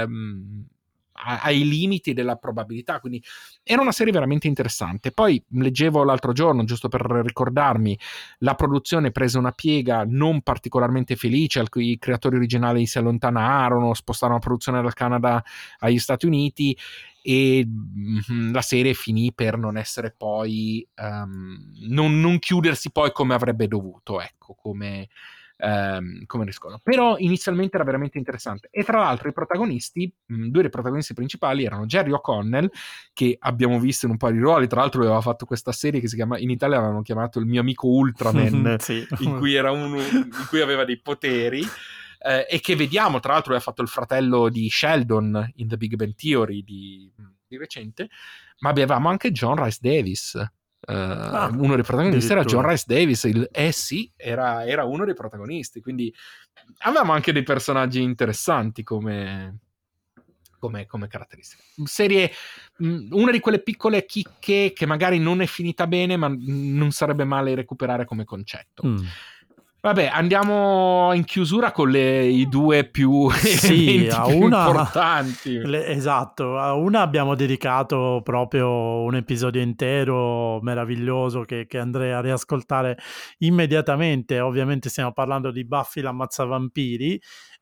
ai limiti della probabilità. Quindi era una serie veramente interessante. Poi leggevo l'altro giorno, giusto per ricordarmi, la produzione prese una piega non particolarmente felice, i creatori originali si allontanarono, spostarono la produzione dal Canada agli Stati Uniti e la serie finì per non essere poi non chiudersi poi come avrebbe dovuto, ecco, come riscontro. Però inizialmente era veramente interessante. E tra l'altro i protagonisti, due dei protagonisti principali erano Jerry O'Connell, che abbiamo visto in un paio di ruoli, tra l'altro aveva fatto questa serie che si chiama, in Italia avevano chiamato Il mio amico Ultraman, sì. in cui aveva dei poteri, e che vediamo, tra l'altro aveva fatto il fratello di Sheldon in The Big Bang Theory di recente. Ma avevamo anche John Rhys Davis, uno dei protagonisti era John Rhys Davis, era uno dei protagonisti, quindi avevamo anche dei personaggi interessanti come caratteristica. Serie, una di quelle piccole chicche che magari non è finita bene, ma non sarebbe male recuperare come concetto. Vabbè, andiamo in chiusura con i due più importanti. Esatto, a una abbiamo dedicato proprio un episodio intero meraviglioso che andrei a riascoltare immediatamente. Ovviamente stiamo parlando di Buffy l'ammazzavampiri,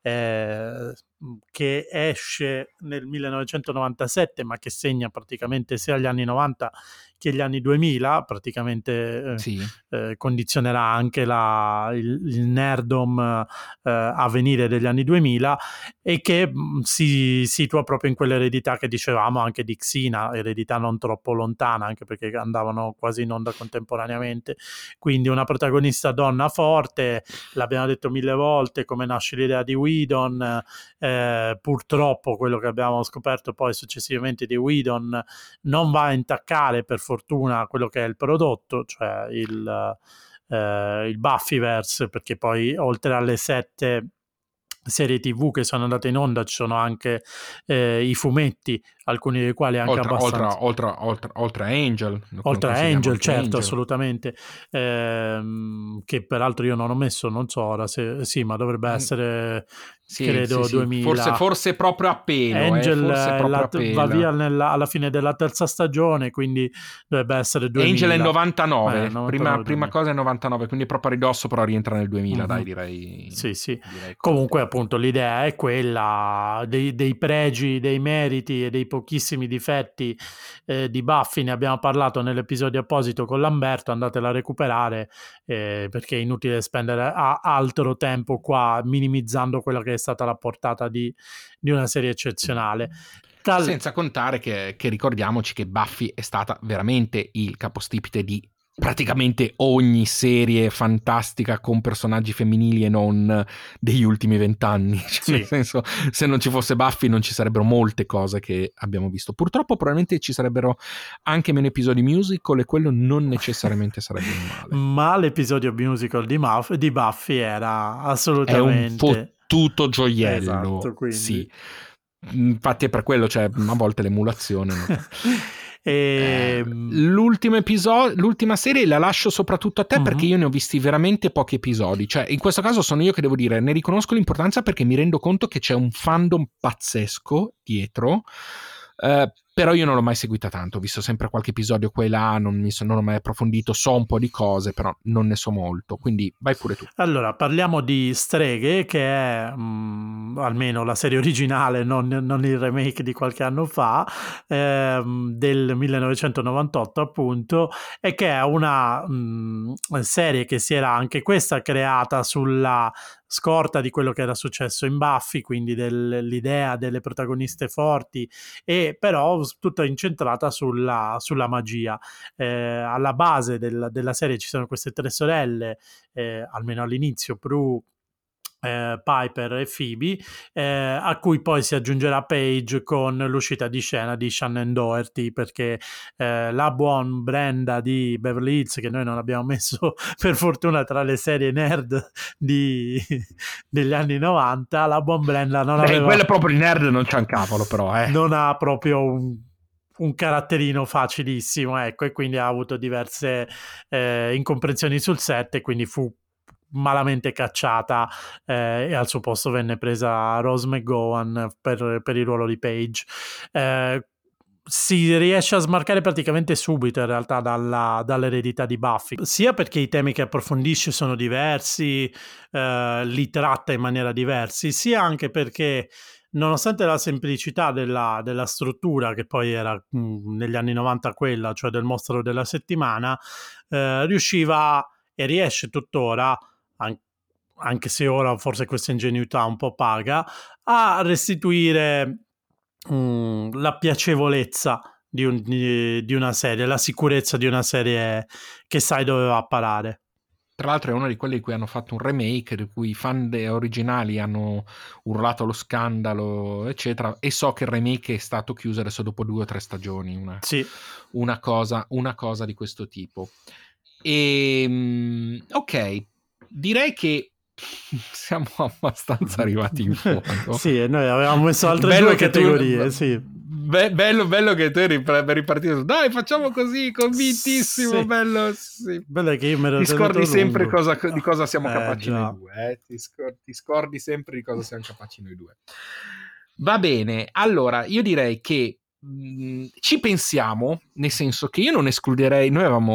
che esce nel 1997 ma che segna praticamente sia gli anni 90 che gli anni 2000, praticamente condizionerà anche il nerdom a venire degli anni 2000, e che si situa proprio in quell'eredità che dicevamo anche di Xena, eredità non troppo lontana, anche perché andavano quasi in onda contemporaneamente. Quindi una protagonista donna forte, l'abbiamo detto 1000 volte, come nasce l'idea di Whedon. Purtroppo quello che abbiamo scoperto poi successivamente di Whedon non va a intaccare, per fortuna, quello che è il prodotto, cioè il Buffyverse, perché poi oltre alle 7 serie TV che sono andate in onda ci sono anche i fumetti, alcuni dei quali anche abbastanza oltre a Angel, certo, Angel. Assolutamente, che peraltro io non ho messo, non so ora se sì, ma dovrebbe essere credo 2000, forse proprio appena Angel va via alla fine della terza stagione, quindi dovrebbe essere 2000. Angel è 99, prima cosa è 99, quindi proprio a ridosso, però rientra nel 2000, dai, direi. Sì. Direi comunque appunto l'idea è quella dei pregi, dei meriti e dei pochissimi difetti di Buffy. Ne abbiamo parlato nell'episodio apposito con Lamberto, andatela a recuperare, perché è inutile spendere altro tempo qua minimizzando quella che è stata la portata di una serie eccezionale. Senza contare che ricordiamoci che Buffy è stata veramente il capostipite di praticamente ogni serie fantastica con personaggi femminili e non degli ultimi 20 anni. Cioè, nel senso, se non ci fosse Buffy non ci sarebbero molte cose che abbiamo visto. Purtroppo probabilmente ci sarebbero anche meno episodi musical e quello non necessariamente sarebbe un male. Ma l'episodio musical di Buffy era assolutamente... È un fottuto gioiello. Esatto, quindi... Sì. Infatti è per quello, cioè a volte l'emulazione l'ultima serie la lascio soprattutto a te, perché io ne ho visti veramente pochi episodi, cioè in questo caso sono io che devo dire, ne riconosco l'importanza perché mi rendo conto che c'è un fandom pazzesco dietro, però io non l'ho mai seguita tanto, ho visto sempre qualche episodio qua e là, non ho mai approfondito, so un po' di cose però non ne so molto, quindi vai pure tu. Allora, parliamo di Streghe, che è almeno la serie originale, non il remake di qualche anno fa, del 1998 appunto, e che è una serie che si era anche questa creata sulla scorta di quello che era successo in Buffy, quindi dell'idea delle protagoniste forti, e però tutta incentrata sulla magia. Alla base della serie ci sono queste tre sorelle, almeno all'inizio, Prue, Piper e Phoebe, a cui poi si aggiungerà Paige con l'uscita di scena di Shannon Doherty, perché la buon Brenda di Beverly Hills, che noi non abbiamo messo per fortuna tra le serie nerd degli anni 90, la buon Brenda non aveva... quella proprio di nerd non c'è un cavolo però, non ha proprio un caratterino facilissimo, ecco, e quindi ha avuto diverse incomprensioni sul set, e quindi fu malamente cacciata, e al suo posto venne presa Rose McGowan per il ruolo di Paige. Si riesce a smarcare praticamente subito in realtà dall'eredità di Buffy, sia perché i temi che approfondisce sono diversi, li tratta in maniera diversa, sia anche perché nonostante la semplicità della struttura, che poi era negli anni 90 quella, cioè del mostro della settimana, riusciva e riesce tuttora, anche se ora forse questa ingenuità un po' paga, a restituire la piacevolezza di una serie, la sicurezza di una serie che sai dove va a parare. Tra l'altro è uno di quelli di cui hanno fatto un remake, di cui i fan originali hanno urlato allo scandalo, eccetera, e so che il remake è stato chiuso adesso dopo 2 o 3 stagioni, una cosa di questo tipo. E ok, direi che siamo abbastanza arrivati in fondo. Sì, noi avevamo messo altre due categorie, sì. Bello che tu eri ripartito. Dai, facciamo così, convintissimo, sì. Bello, sì. Bello che io me lo ti scordi sempre di cosa siamo capaci già. noi due, ti scordi sempre di cosa siamo capaci noi due. Va bene, allora io direi che ci pensiamo, nel senso che io non escluderei,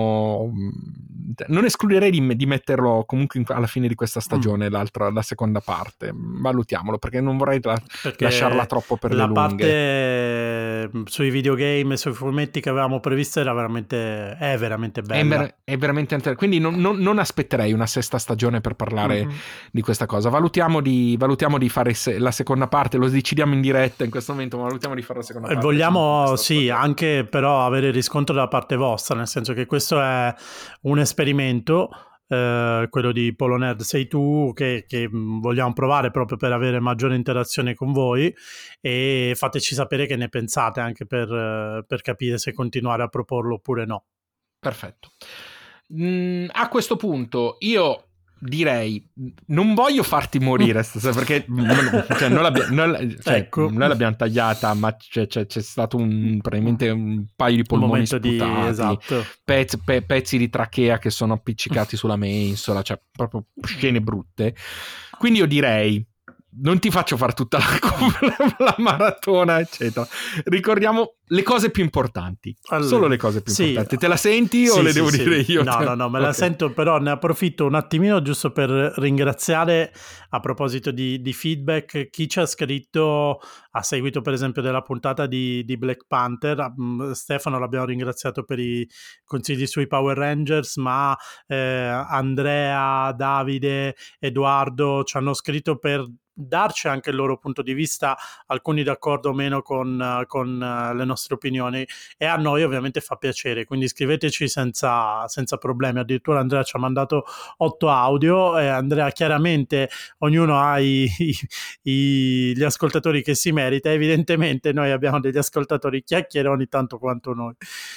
non escluderei di metterlo comunque alla fine di questa stagione, la seconda parte, valutiamolo, perché non vorrei lasciarla troppo per le lunghe. La parte sui videogame e sui fumetti che avevamo previsto è veramente bella. È veramente quindi non aspetterei una sesta stagione per parlare di questa cosa. Valutiamo di fare la seconda parte, lo decidiamo in diretta in questo momento, ma valutiamo di fare la seconda parte. Vogliamo anche però avere riscontro da parte vostra, nel senso che questo è un esperimento, quello di Polo Nerd Sei Tu, che vogliamo provare proprio per avere maggiore interazione con voi, e fateci sapere che ne pensate, anche per capire se continuare a proporlo oppure no. Perfetto. A questo punto io direi, non voglio farti morire perché cioè, noi l'abbiamo tagliata, ma c'è stato probabilmente un paio di polmoni sputati, esatto. pezzi di trachea che sono appiccicati sulla mensola, cioè proprio scene brutte. Quindi io direi, non ti faccio fare tutta la maratona, eccetera. Ricordiamo le cose più importanti. Allora, solo le cose più importanti. Te la senti o le devo dire io? No, me la sento, però ne approfitto un attimino giusto per ringraziare, a proposito di feedback, chi ci ha scritto a seguito per esempio della puntata di Black Panther. Stefano l'abbiamo ringraziato per i consigli sui Power Rangers, ma Andrea, Davide, Edoardo ci hanno scritto per darci anche il loro punto di vista, alcuni d'accordo o meno con le nostre opinioni, e a noi ovviamente fa piacere, quindi scriveteci senza problemi. Addirittura Andrea ci ha mandato 8 audio, e Andrea, chiaramente ognuno ha gli ascoltatori che si merita. Evidentemente noi abbiamo degli ascoltatori chiacchieroni tanto quanto noi,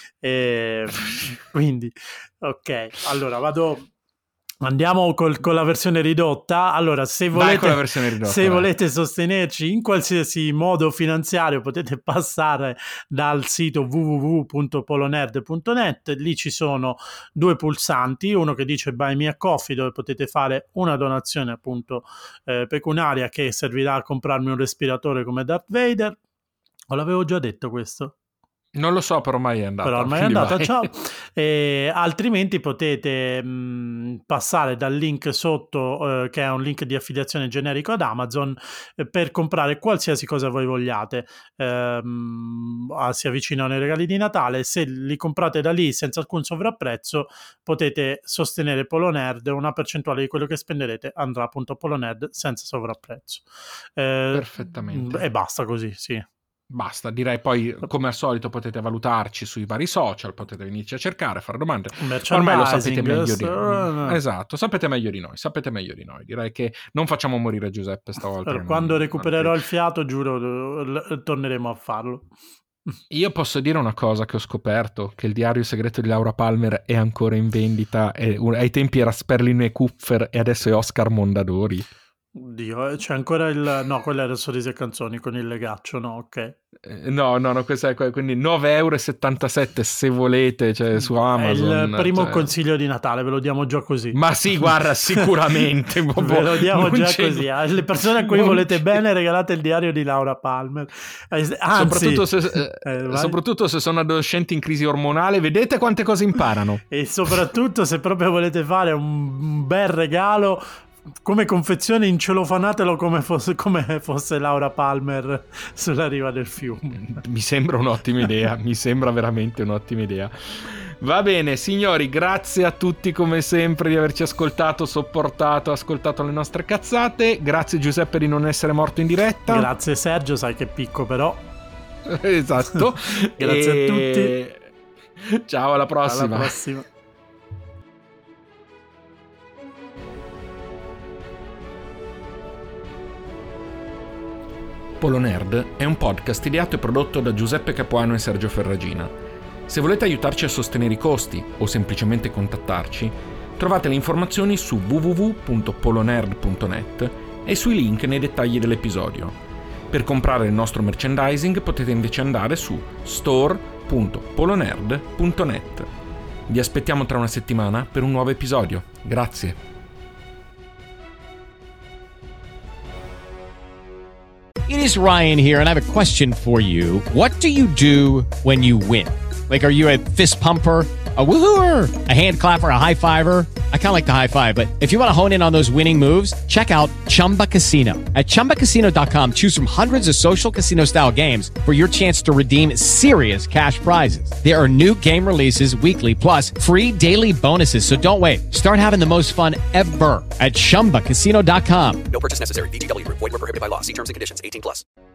quindi ok, allora andiamo con la versione ridotta. Allora, se volete sostenerci in qualsiasi modo finanziario, potete passare dal sito www.polonerd.net. Lì ci sono 2 pulsanti, uno che dice Buy Me a Coffee, dove potete fare una donazione appunto pecuniaria, che servirà a comprarmi un respiratore come Darth Vader. O l'avevo già detto questo? Non lo so, però ormai è andata. Ciao. Altrimenti potete passare dal link sotto, che è un link di affiliazione generico ad Amazon, per comprare qualsiasi cosa voi vogliate. Si avvicinano i regali di Natale. Se li comprate da lì senza alcun sovrapprezzo, potete sostenere Polonerd. Una percentuale di quello che spenderete andrà appunto a Polonerd senza sovrapprezzo. Perfettamente. E basta così, sì. Basta, direi. Poi come al solito potete valutarci sui vari social, potete venirci a cercare, fare domande. Ormai lo sapete meglio di noi. Esatto, sapete meglio di noi. Direi che non facciamo morire Giuseppe stavolta. Quando recupererò il fiato, giuro, torneremo a farlo. Io posso dire una cosa che ho scoperto, che il diario segreto di Laura Palmer è ancora in vendita. Ai tempi era Sperlino e Kupfer e adesso è Oscar Mondadori. Oddio, c'è ancora no, quello era Sorrisi e Canzoni con il legaccio, no, ok. No, questo è quindi 9,77 € se volete, cioè su Amazon. È il primo consiglio di Natale, ve lo diamo già così. Ma sì, guarda, sicuramente. Ve lo diamo già così. Alle persone a cui volete bene, regalate il diario di Laura Palmer. Anzi, soprattutto se sono adolescenti in crisi ormonale, vedete quante cose imparano. E soprattutto se proprio volete fare un bel regalo, come confezione incelofanatelo come fosse Laura Palmer sulla riva del fiume. Mi sembra un'ottima idea, mi sembra veramente un'ottima idea. Va bene, signori, grazie a tutti come sempre di averci ascoltato, ascoltato le nostre cazzate. Grazie Giuseppe di non essere morto in diretta. Grazie Sergio, sai che picco però. Esatto. Grazie a tutti. Ciao, alla prossima. Alla prossima. Polonerd è un podcast ideato e prodotto da Giuseppe Capuano e Sergio Ferragina. Se volete aiutarci a sostenere i costi o semplicemente contattarci, trovate le informazioni su www.polonerd.net e sui link nei dettagli dell'episodio. Per comprare il nostro merchandising potete invece andare su store.polonerd.net. Vi aspettiamo tra una settimana per un nuovo episodio. Grazie. It is Ryan here, and I have a question for you. What do you do when you win? Like, are you a fist pumper, a woohooer, a hand clapper, a high fiver? I kind of like the high five, but if you want to hone in on those winning moves, check out Chumba Casino. At ChumbaCasino.com, choose from hundreds of social casino-style games for your chance to redeem serious cash prizes. There are new game releases weekly, plus free daily bonuses, so don't wait. Start having the most fun ever at ChumbaCasino.com. No purchase necessary. VGW Group. Void where prohibited by law. See terms and conditions. 18+.